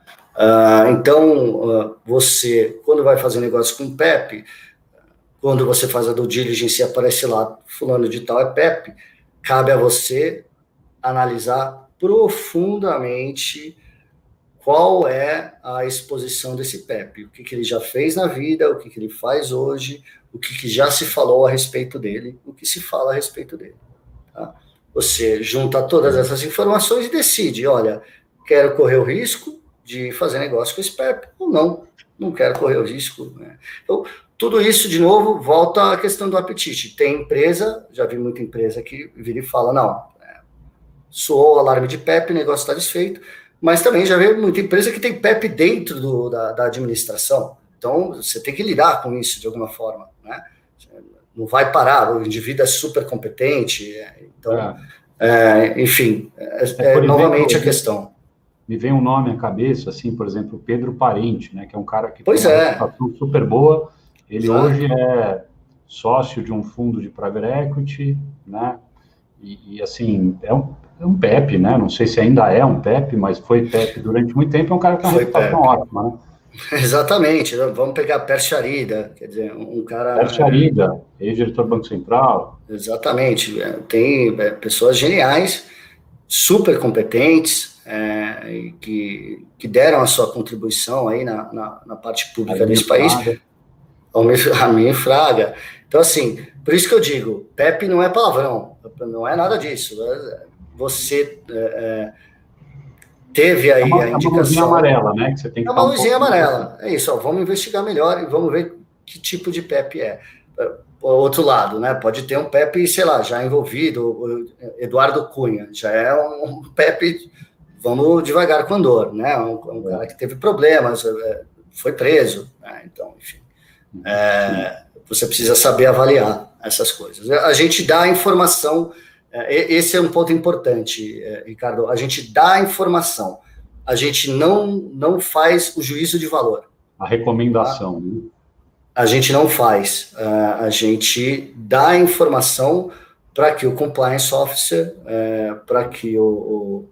Então, você, quando vai fazer negócio com PEP, quando você faz a due diligence e aparece lá, fulano de tal é PEP, cabe a você analisar profundamente qual é a exposição desse PEP, o que ele já fez na vida, o que ele faz hoje, o que já se falou a respeito dele, o que se fala a respeito dele. Tá? Você junta todas essas informações e decide, olha, quero correr o risco de fazer negócio com esse PEP ou não quero correr o risco. Né? Então, tudo isso, de novo, volta à questão do apetite. Tem empresa, já vi muita empresa que vira e fala, não, soou o alarme de PEP, o negócio está desfeito, mas também já vi muita empresa que tem PEP dentro da administração. Então, você tem que lidar com isso de alguma forma, né? Não vai parar, o indivíduo é super competente, então, enfim, novamente a questão. Me vem um nome à cabeça, assim, por exemplo, Pedro Parente, né, que é um cara que tem uma reputação super boa, ele hoje é sócio de um fundo de private equity, né, e assim, é um PEP, né, não sei se ainda é um PEP, mas foi PEP durante muito tempo, é um cara que tem uma reputação ótima, né. Exatamente, vamos pegar Pércio Arida, quer dizer, um cara... Pércio Arida, ex-diretor do Banco Central. Exatamente, tem pessoas geniais, super competentes, que deram a sua contribuição aí na parte pública desse país, a minha Fraga. Então, assim, por isso que eu digo, PEP não é palavrão, não é nada disso. Você teve aí a indicação... uma luzinha amarela, né? Que você tem que uma luzinha amarela, é isso, vamos investigar melhor e vamos ver que tipo de PEP é. Outro lado, né? Pode ter um PEP, sei lá, já envolvido, o Eduardo Cunha, já é um PEP, vamos devagar com a dor, né? Um cara que teve problemas, foi preso, né? Então, enfim. Você precisa saber avaliar essas coisas. A gente dá a informação, esse é um ponto importante, Ricardo, a gente dá a informação, a gente não faz o juízo de valor. A recomendação, tá? Né? A gente não faz, a gente dá a informação para que o compliance officer, para que o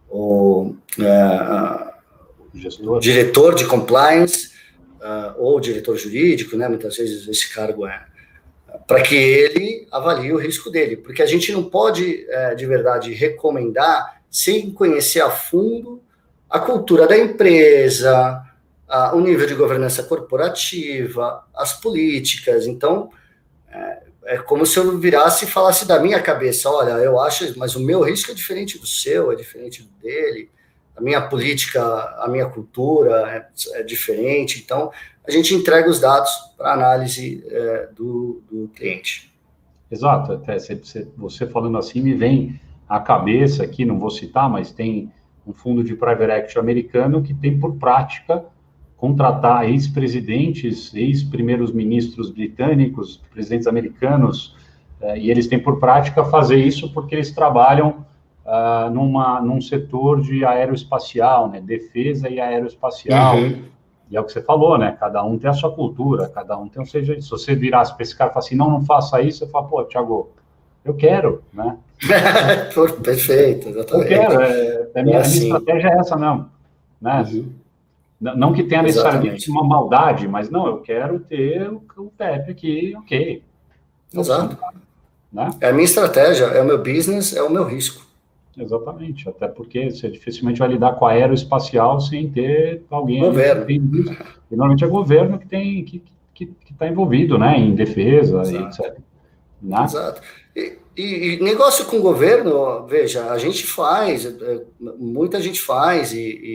diretor de compliance, ou diretor jurídico, né, muitas vezes esse cargo para que ele avalie o risco dele, porque a gente não pode, de verdade, recomendar sem conhecer a fundo a cultura da empresa, o nível de governança corporativa, as políticas. Então, é como se eu virasse e falasse da minha cabeça, olha, eu acho, mas o meu risco é diferente do seu, é diferente do dele, a minha política, a minha cultura é diferente. Então, a gente entrega os dados para análise do cliente. Exato, até você falando assim me vem à cabeça aqui, não vou citar, mas tem um fundo de private equity americano que tem por prática contratar ex-presidentes, ex-primeiros ministros britânicos, presidentes americanos, e eles têm por prática fazer isso porque eles trabalham num setor de aeroespacial, né, defesa e aeroespacial. Uhum. E é o que você falou, né? Cada um tem a sua cultura, cada um tem o seu jeito. Se você virasse para esse cara e falar assim, não, não faça isso, você fala, pô, Thiago, eu quero, né? Perfeito, Eu quero, exatamente. a É minha assim. estratégia é essa mesmo, né? Uhum. Não que tenha necessariamente Exatamente. uma maldade, mas não, eu quero ter o PEP aqui, ok. Eu sou um Exato. cara, né? É a minha estratégia, é o meu business, é o meu risco. Exatamente, até porque você dificilmente vai lidar com a aeroespacial sem ter alguém ali que Governo. entende isso. E normalmente é governo que tem que está envolvido, né, em defesa e Exato. etc. Né? Exato. E negócio com o governo, veja, a gente faz, muita gente faz,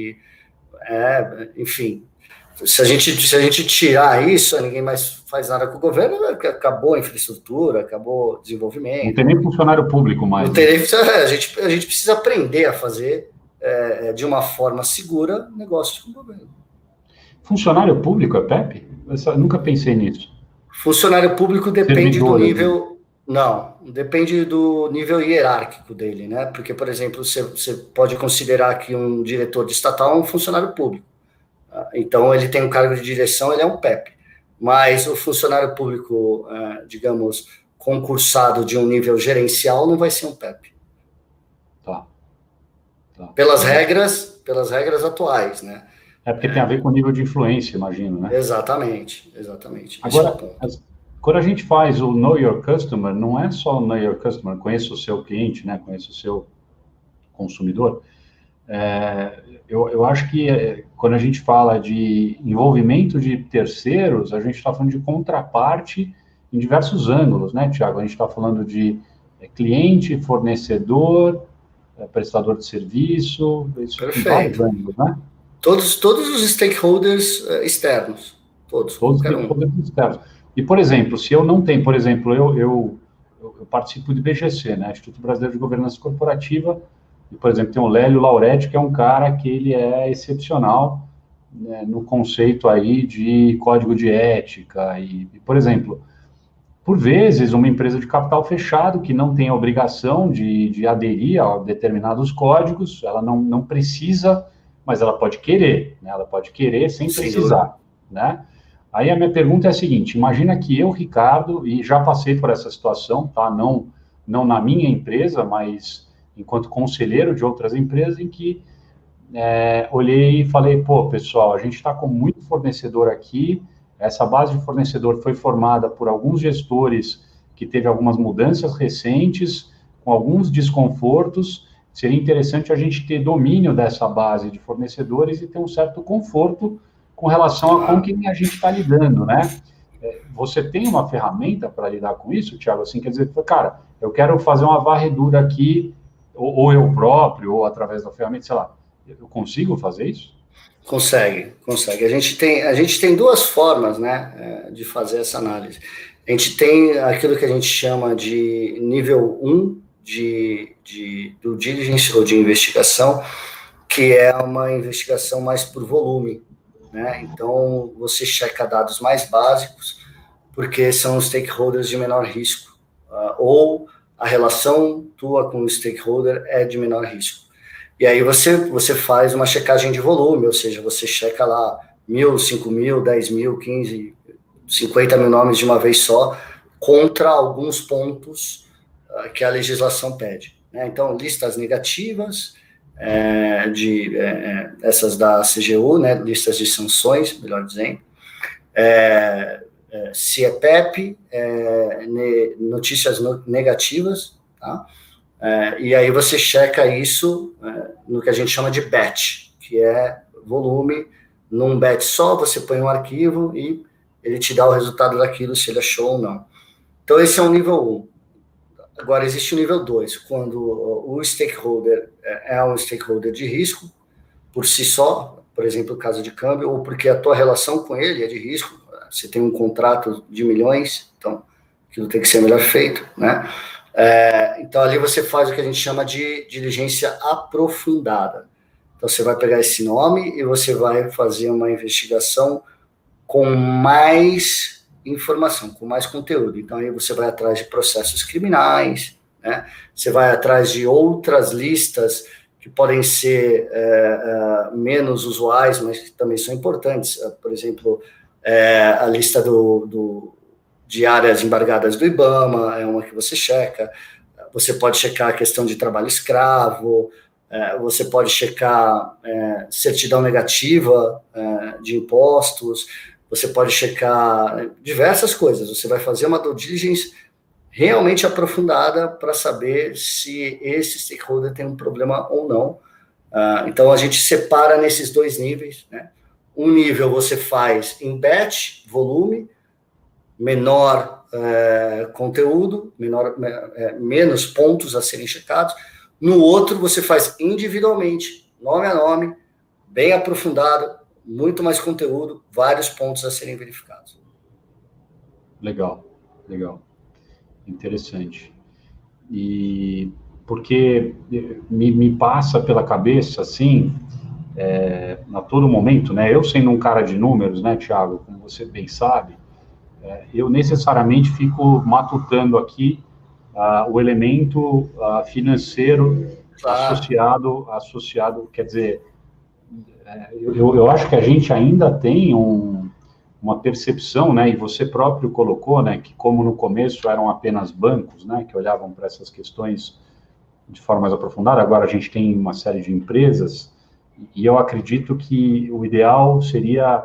enfim, se a gente tirar isso, ninguém mais faz nada com o governo, acabou a infraestrutura, acabou o Não desenvolvimento. tem nem funcionário público mais, Não né? tem, a gente precisa aprender a fazer de uma forma segura negócios com o governo. Funcionário público é PEP? Eu nunca pensei nisso. Funcionário público depende do Servidor, eu digo. nível. Não, depende do nível hierárquico dele, né? Porque, por exemplo, você pode considerar que um diretor de estatal é um funcionário público. Então, ele tem um cargo de direção, ele é um PEP. Mas o funcionário público, digamos, concursado de um nível gerencial não vai ser um PEP. Tá. Pelas regras atuais, né? É porque tem a ver com o nível de influência, imagino, né? Exatamente. Esse é o Agora, ponto. quando a gente faz o Know Your Customer, não é só Know Your Customer, conheça o seu cliente, né? Conheça o seu consumidor. Eu acho que quando a gente fala de envolvimento de terceiros, a gente está falando de contraparte em diversos ângulos, né, Tiago? A gente está falando de cliente, fornecedor, prestador de serviço, isso tem vários Perfeito. ângulos, né? Todos os stakeholders externos. Todos, Todos qualquer têm um. poder externo. E, por exemplo, se eu não tenho, por exemplo, eu participo do IBGC, né, Instituto Brasileiro de Governança Corporativa, e, por exemplo, tem o Lélio Lauretti, que é um cara que ele é excepcional, né, no conceito aí de código de ética. Por exemplo, por vezes, uma empresa de capital fechado que não tem a obrigação de aderir a determinados códigos, ela não precisa, mas ela pode querer, né? Ela pode querer sem Sem dúvida. precisar, né? Aí a minha pergunta é a seguinte: imagina que eu, Ricardo, e já passei por essa situação, tá? Não na minha empresa, mas enquanto conselheiro de outras empresas, em que olhei e falei, pô, pessoal, a gente está com muito fornecedor aqui, essa base de fornecedor foi formada por alguns gestores que teve algumas mudanças recentes, com alguns desconfortos, seria interessante a gente ter domínio dessa base de fornecedores e ter um certo conforto com relação a com quem a gente está lidando, né? Você tem uma ferramenta para lidar com isso, Thiago? Assim, quer dizer, cara, eu quero fazer uma varredura aqui, ou eu próprio, ou através da ferramenta, sei lá, eu consigo fazer isso? Consegue. A gente tem duas formas, né, de fazer essa análise. A gente tem aquilo que a gente chama de nível 1 de due diligence ou de investigação, que é uma investigação mais por volume, né? Então, você checa dados mais básicos, porque são os stakeholders de menor risco, ou a relação tua com o stakeholder é de menor risco. E aí você faz uma checagem de volume, ou seja, você checa lá 1.000, 5.000, 10.000, 15, 50 mil nomes de uma vez só, contra alguns pontos que a legislação pede, né? Então, listas negativas, essas da CGU, né, listas de sanções, melhor dizendo, se é PEP, notícias negativas, tá? E aí você checa isso no que a gente chama de batch, que é volume. Num batch só, você põe um arquivo e ele te dá o resultado daquilo, se ele achou ou não. Então, esse é o nível 1. Agora, existe o nível 2, quando o stakeholder é um stakeholder de risco, por si só, por exemplo, o caso de câmbio, ou porque a tua relação com ele é de risco, você tem um contrato de milhões, então aquilo tem que ser melhor feito, né? Então, ali você faz o que a gente chama de diligência aprofundada. Então, você vai pegar esse nome e você vai fazer uma investigação com mais informação, com mais conteúdo. Então, aí você vai atrás de processos criminais, né? Você vai atrás de outras listas que podem ser menos usuais, mas que também são importantes. Por exemplo, a lista de áreas embargadas do IBAMA é uma que você checa. Você pode checar a questão de trabalho escravo, você pode checar certidão negativa de impostos, você pode checar diversas coisas. Você vai fazer uma due diligence realmente aprofundada para saber se esse stakeholder tem um problema ou não. Então, a gente separa nesses dois níveis, né? Um nível você faz em batch, volume, menor conteúdo, menos pontos a serem checados. No outro, você faz individualmente, nome a nome, bem aprofundado, muito mais conteúdo, vários pontos a serem verificados. Legal, legal. Interessante. E porque me passa pela cabeça, assim, a todo momento, né? Eu sendo um cara de números, né, Thiago, como você bem sabe, eu necessariamente fico matutando aqui o elemento financeiro associado, quer dizer, eu acho que a gente ainda tem uma percepção, né, e você próprio colocou, né, que como no começo eram apenas bancos, né, que olhavam para essas questões de forma mais aprofundada, agora a gente tem uma série de empresas, e eu acredito que o ideal seria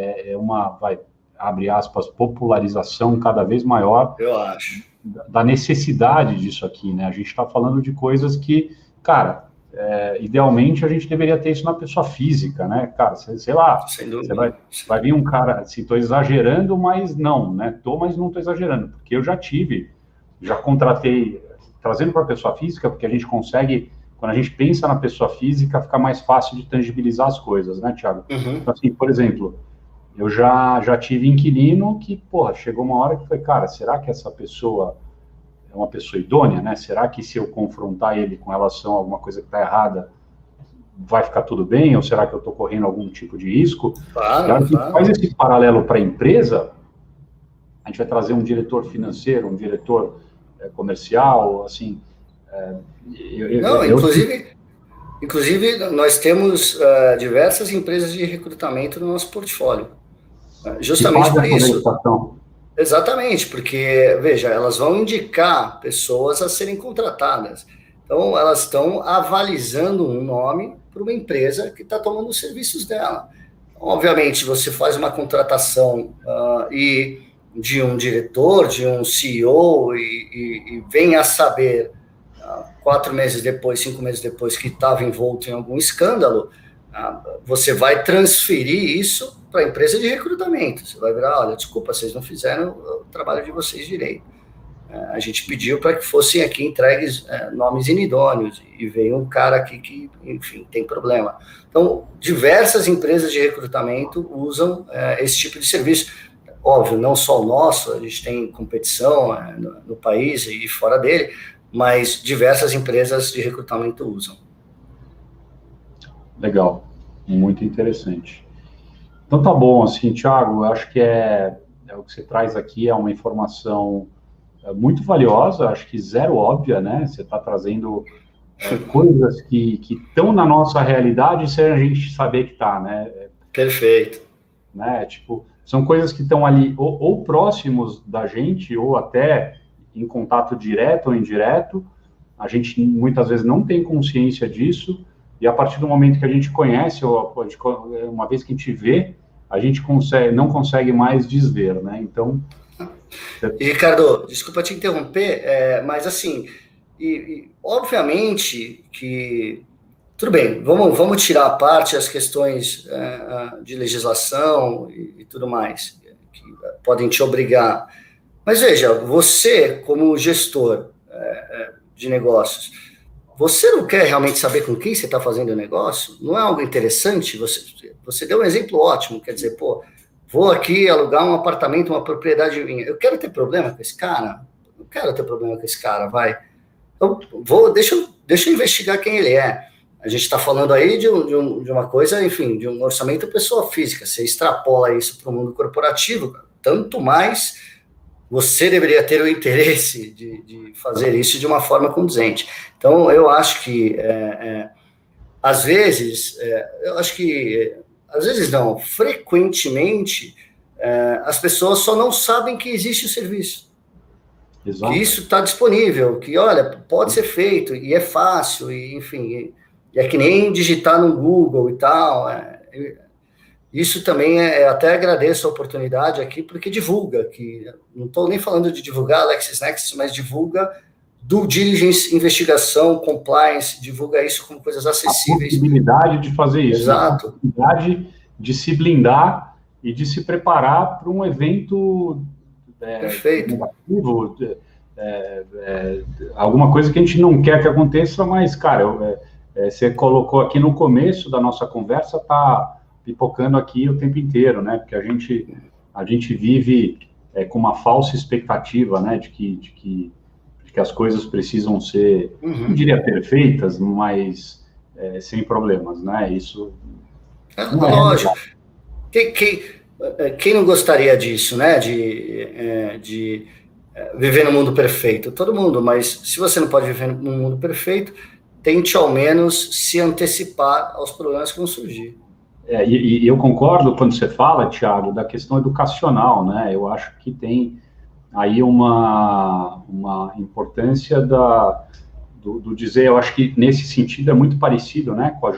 abre aspas, popularização cada vez maior, eu acho, da necessidade disso aqui, né, a gente está falando de coisas que, cara, idealmente a gente deveria ter isso na pessoa física, né, cara, sei lá, você vai vir um cara, assim, estou exagerando, mas não, né, mas não estou exagerando, porque eu já contratei, trazendo para a pessoa física, porque a gente consegue, quando a gente pensa na pessoa física, fica mais fácil de tangibilizar as coisas, né, Thiago? Uhum. Então, assim, por exemplo, eu já tive inquilino que, porra, chegou uma hora que foi, cara, será que essa pessoa é uma pessoa idônea, né? Será que se eu confrontar ele com relação a alguma coisa que está errada, vai ficar tudo bem? Ou será que eu estou correndo algum tipo de risco? Claro. A gente faz esse paralelo para a empresa, a gente vai trazer um diretor financeiro, um diretor comercial, assim... Inclusive, nós temos diversas empresas de recrutamento no nosso portfólio. Justamente por isso. Exatamente, porque, veja, elas vão indicar pessoas a serem contratadas. Então, elas estão avalizando um nome para uma empresa que está tomando os serviços dela. Obviamente, você faz uma contratação e de um diretor, de um CEO, e vem a saber 4 meses depois, 5 meses depois, que estava envolto em algum escândalo, você vai transferir isso para a empresa de recrutamento. Você vai virar, olha, desculpa, vocês não fizeram o trabalho de vocês direito. A gente pediu para que fossem aqui entregues nomes inidôneos, e veio um cara aqui que, enfim, tem problema. Então, diversas empresas de recrutamento usam esse tipo de serviço. Óbvio, não só o nosso, a gente tem competição no país e fora dele, mas diversas empresas de recrutamento usam. Legal, muito interessante. Então tá bom, assim, Thiago, eu acho que o que você traz aqui é uma informação muito valiosa, acho que zero óbvia, né? Você está trazendo coisas que estão na nossa realidade sem a gente saber que está, né? Perfeito. Né? Tipo, são coisas que estão ali ou próximos da gente, ou até em contato direto ou indireto, a gente muitas vezes não tem consciência disso, e a partir do momento que a gente conhece, ou uma vez que a gente vê, a gente não consegue mais desver, né? Então... E, Ricardo, desculpa te interromper, mas assim, obviamente que... Tudo bem, vamos tirar à parte as questões de legislação e tudo mais, que podem te obrigar. Mas veja, você, como gestor de negócios, você não quer realmente saber com quem você está fazendo o negócio? Não é algo interessante? Você deu um exemplo ótimo, quer dizer, vou aqui alugar um apartamento, uma propriedade minha. Eu quero ter problema com esse cara? Não quero ter problema com esse cara, vai. Deixa eu investigar quem ele é. A gente está falando aí de uma coisa, enfim, de um orçamento pessoa física. Você extrapola isso para o mundo corporativo, tanto mais você deveria ter o interesse de fazer isso de uma forma condizente. Então, eu acho que, às vezes não, frequentemente, as pessoas só não sabem que existe o serviço. Exato. Que isso está disponível, que, olha, pode ser feito, e é fácil, e, enfim, e é que nem digitar no Google e tal. Isso também até agradeço a oportunidade aqui, porque divulga, que não estou nem falando de divulgar LexisNexis, mas divulga due diligence, investigação, compliance, divulga isso como coisas acessíveis. A possibilidade de fazer isso. Exato. A possibilidade de se blindar e de se preparar para um evento perfeito. Negativo, alguma coisa que a gente não quer que aconteça, mas, cara, você colocou aqui no começo da nossa conversa, tá pipocando aqui o tempo inteiro, né? Porque a gente vive com uma falsa expectativa, né? De que as coisas precisam ser, não diria perfeitas, mas sem problemas, né? Isso não lógico. Quem não gostaria disso, né? De viver no mundo perfeito? Todo mundo, mas se você não pode viver no mundo perfeito, tente ao menos se antecipar aos problemas que vão surgir. E eu concordo quando você fala, Thiago, da questão educacional, né? Eu acho que tem aí uma importância do dizer, eu acho que nesse sentido é muito parecido, né, com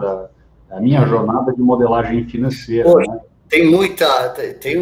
a minha jornada de modelagem financeira. Pô, né? Tem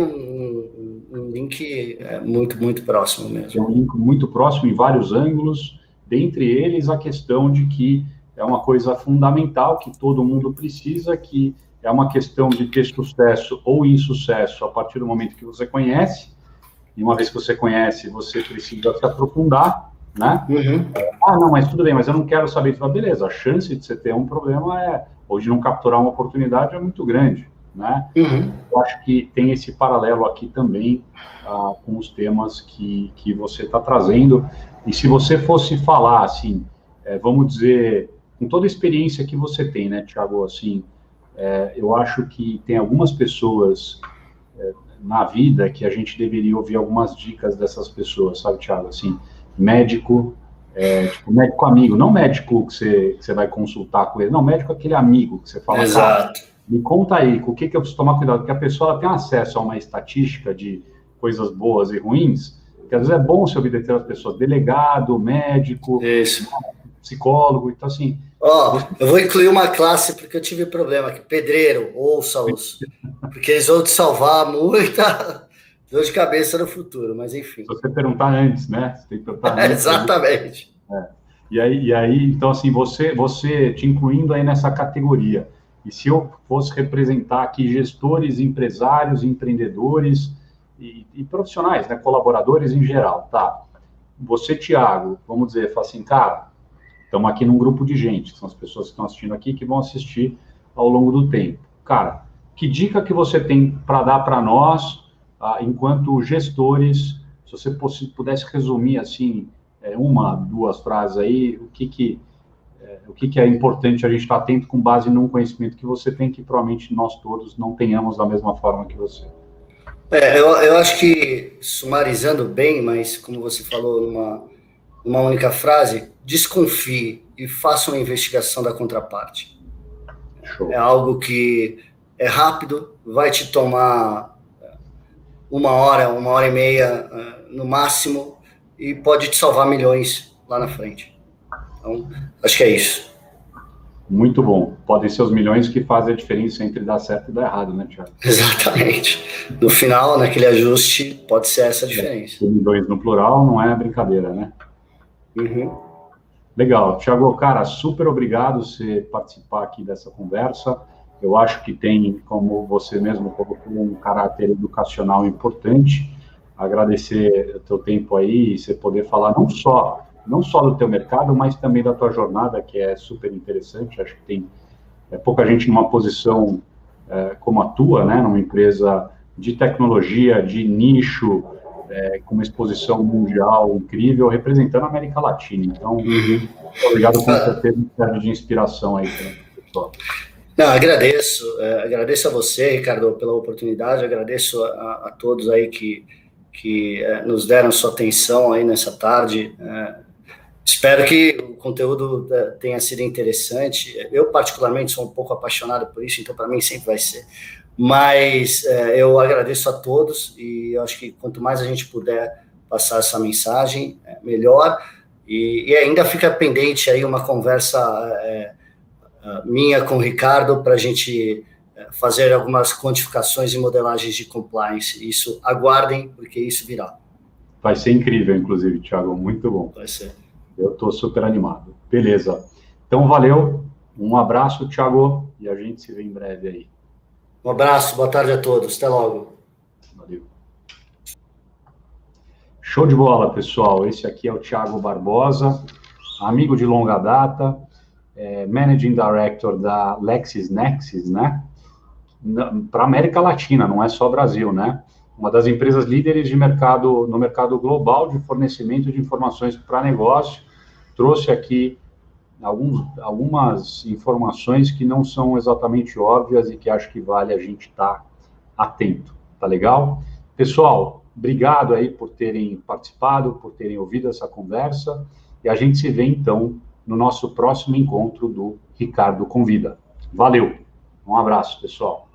um link muito próximo mesmo. Tem um link muito próximo em vários ângulos, dentre eles a questão de que é uma coisa fundamental que todo mundo precisa, que é uma questão de ter sucesso ou insucesso a partir do momento que você conhece, e uma vez que você conhece, você precisa se aprofundar, né? Não, mas tudo bem, mas eu não quero saber disso. Beleza, a chance de você ter um problema ou de não capturar uma oportunidade é muito grande, né? Eu acho que tem esse paralelo aqui também com os temas que você está trazendo, e se você fosse falar, assim, vamos dizer, com toda a experiência que você tem, né, Thiago, assim, eu acho que tem algumas pessoas na vida que a gente deveria ouvir algumas dicas dessas pessoas, sabe, Thiago? Assim, médico, tipo, médico amigo, não médico que você vai consultar com ele, não, médico aquele amigo que você fala, exato. Me conta aí, com o que eu preciso tomar cuidado, porque a pessoa ela tem acesso a uma estatística de coisas boas e ruins, que às vezes é bom se obter as pessoas, delegado, médico, psicólogo, então assim... eu vou incluir uma classe porque eu tive problema aqui, pedreiro, ouça-os, porque eles vão te salvar muita dor de cabeça no futuro, mas enfim. Se você perguntar antes, né? Você tem que perguntar antes. Exatamente. E aí, então assim, você te incluindo aí nessa categoria, e se eu fosse representar aqui gestores, empresários, empreendedores e profissionais, né, colaboradores em geral, tá? Você, Thiago, vamos dizer, fala assim, cara, estamos aqui num grupo de gente, que são as pessoas que estão assistindo aqui, que vão assistir ao longo do tempo. Cara, que dica que você tem para dar para nós, enquanto gestores, se você pudesse resumir, assim, uma, duas frases aí, o que é importante a gente estar atento com base num conhecimento que você tem, que provavelmente nós todos não tenhamos da mesma forma que você. Eu acho que, sumarizando bem, mas como você falou numa única frase, desconfie e faça uma investigação da contraparte. Show. É algo que é rápido, vai te tomar 1 hora e meia no máximo, e pode te salvar milhões lá na frente. Então, acho que é isso. Muito bom. Podem ser os milhões que fazem a diferença entre dar certo e dar errado, né, Thiago? Exatamente. No final, naquele ajuste, pode ser essa a diferença. Milhões no plural não é brincadeira, né? Legal. Thiago, cara, super obrigado por você participar aqui dessa conversa. Eu acho que tem, como você mesmo colocou, um caráter educacional importante. Agradecer o teu tempo aí e você poder falar não só do teu mercado, mas também da tua jornada, que é super interessante. Acho que tem pouca gente numa posição como a tua, né, numa empresa de tecnologia, de nicho, com uma exposição mundial incrível, representando a América Latina. Então, obrigado, com certeza, serve de inspiração aí para o pessoal. Não, agradeço a você, Ricardo, pela oportunidade, agradeço a todos aí que nos deram sua atenção aí nessa tarde. Espero que o conteúdo tenha sido interessante. Eu, particularmente, sou um pouco apaixonado por isso, então, para mim, sempre vai ser. Mas eu agradeço a todos e eu acho que quanto mais a gente puder passar essa mensagem, melhor. E ainda fica pendente aí uma conversa minha com o Ricardo para a gente fazer algumas quantificações e modelagens de compliance. Isso, aguardem, porque isso virá. Vai ser incrível, inclusive, Thiago, muito bom. Vai ser. Eu estou super animado. Beleza. Então, valeu. Um abraço, Thiago, e a gente se vê em breve aí. Um abraço, boa tarde a todos. Até logo. Valeu. Show de bola, pessoal. Esse aqui é o Thiago Barbosa, amigo de longa data, Managing Director da LexisNexis, né? Para América Latina, não é só Brasil, né? Uma das empresas líderes de mercado, no mercado global de fornecimento de informações para negócio. Trouxe aqui algumas informações que não são exatamente óbvias e que acho que vale a gente estar atento, tá legal? Pessoal, obrigado aí por terem participado, por terem ouvido essa conversa, e a gente se vê, então, no nosso próximo encontro do Ricardo Convida. Valeu! Um abraço, pessoal!